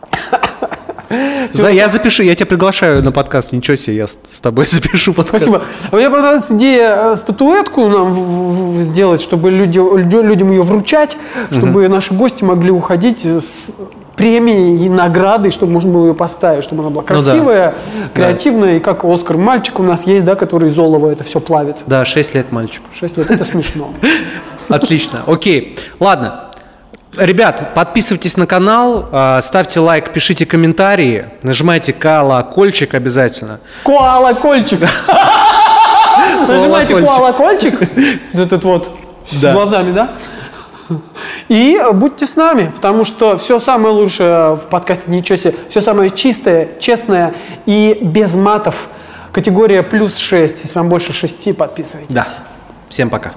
За, я запишу, я тебя приглашаю на подкаст. Ничего себе, я с, с тобой запишу подкаст. Спасибо. А мне понравилась идея э, статуэтку нам в- в- сделать, чтобы люди, людё- людям ее вручать, чтобы наши гости могли уходить с премией и наградой, чтобы можно было ее поставить, чтобы она была Ну да. красивая, креативная, и как Оскар. Мальчик у нас есть, да, который из олова это все плавит. Да, шесть лет мальчику. Шесть лет, это смешно. Отлично. Окей. Ладно. Ребят, подписывайтесь на канал, а, ставьте лайк, пишите комментарии, нажимайте колокольчик обязательно. Колокольчик. Нажимайте Колокольчик. колокольчик. Этот вот Да. с глазами, да? И будьте с нами, потому что все самое лучшее в подкасте «Ничего себе», все самое чистое, честное и без матов. Категория плюс шесть. Если вам больше шести, подписывайтесь. Да. Всем пока.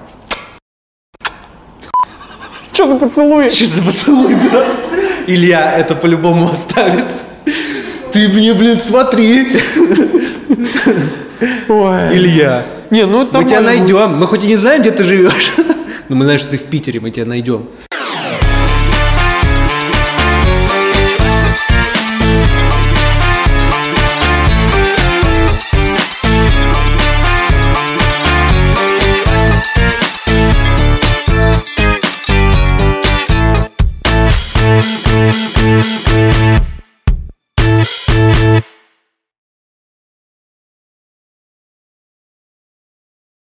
Что за поцелуй? Что за поцелуй, да? Илья это по-любому оставит. Ты мне, блин, смотри. Ой. Илья. Не, ну это Мы тебя нормально будет. найдем. Мы хоть и не знаем, где ты живешь, но мы знаем, что ты в Питере, мы тебя найдем.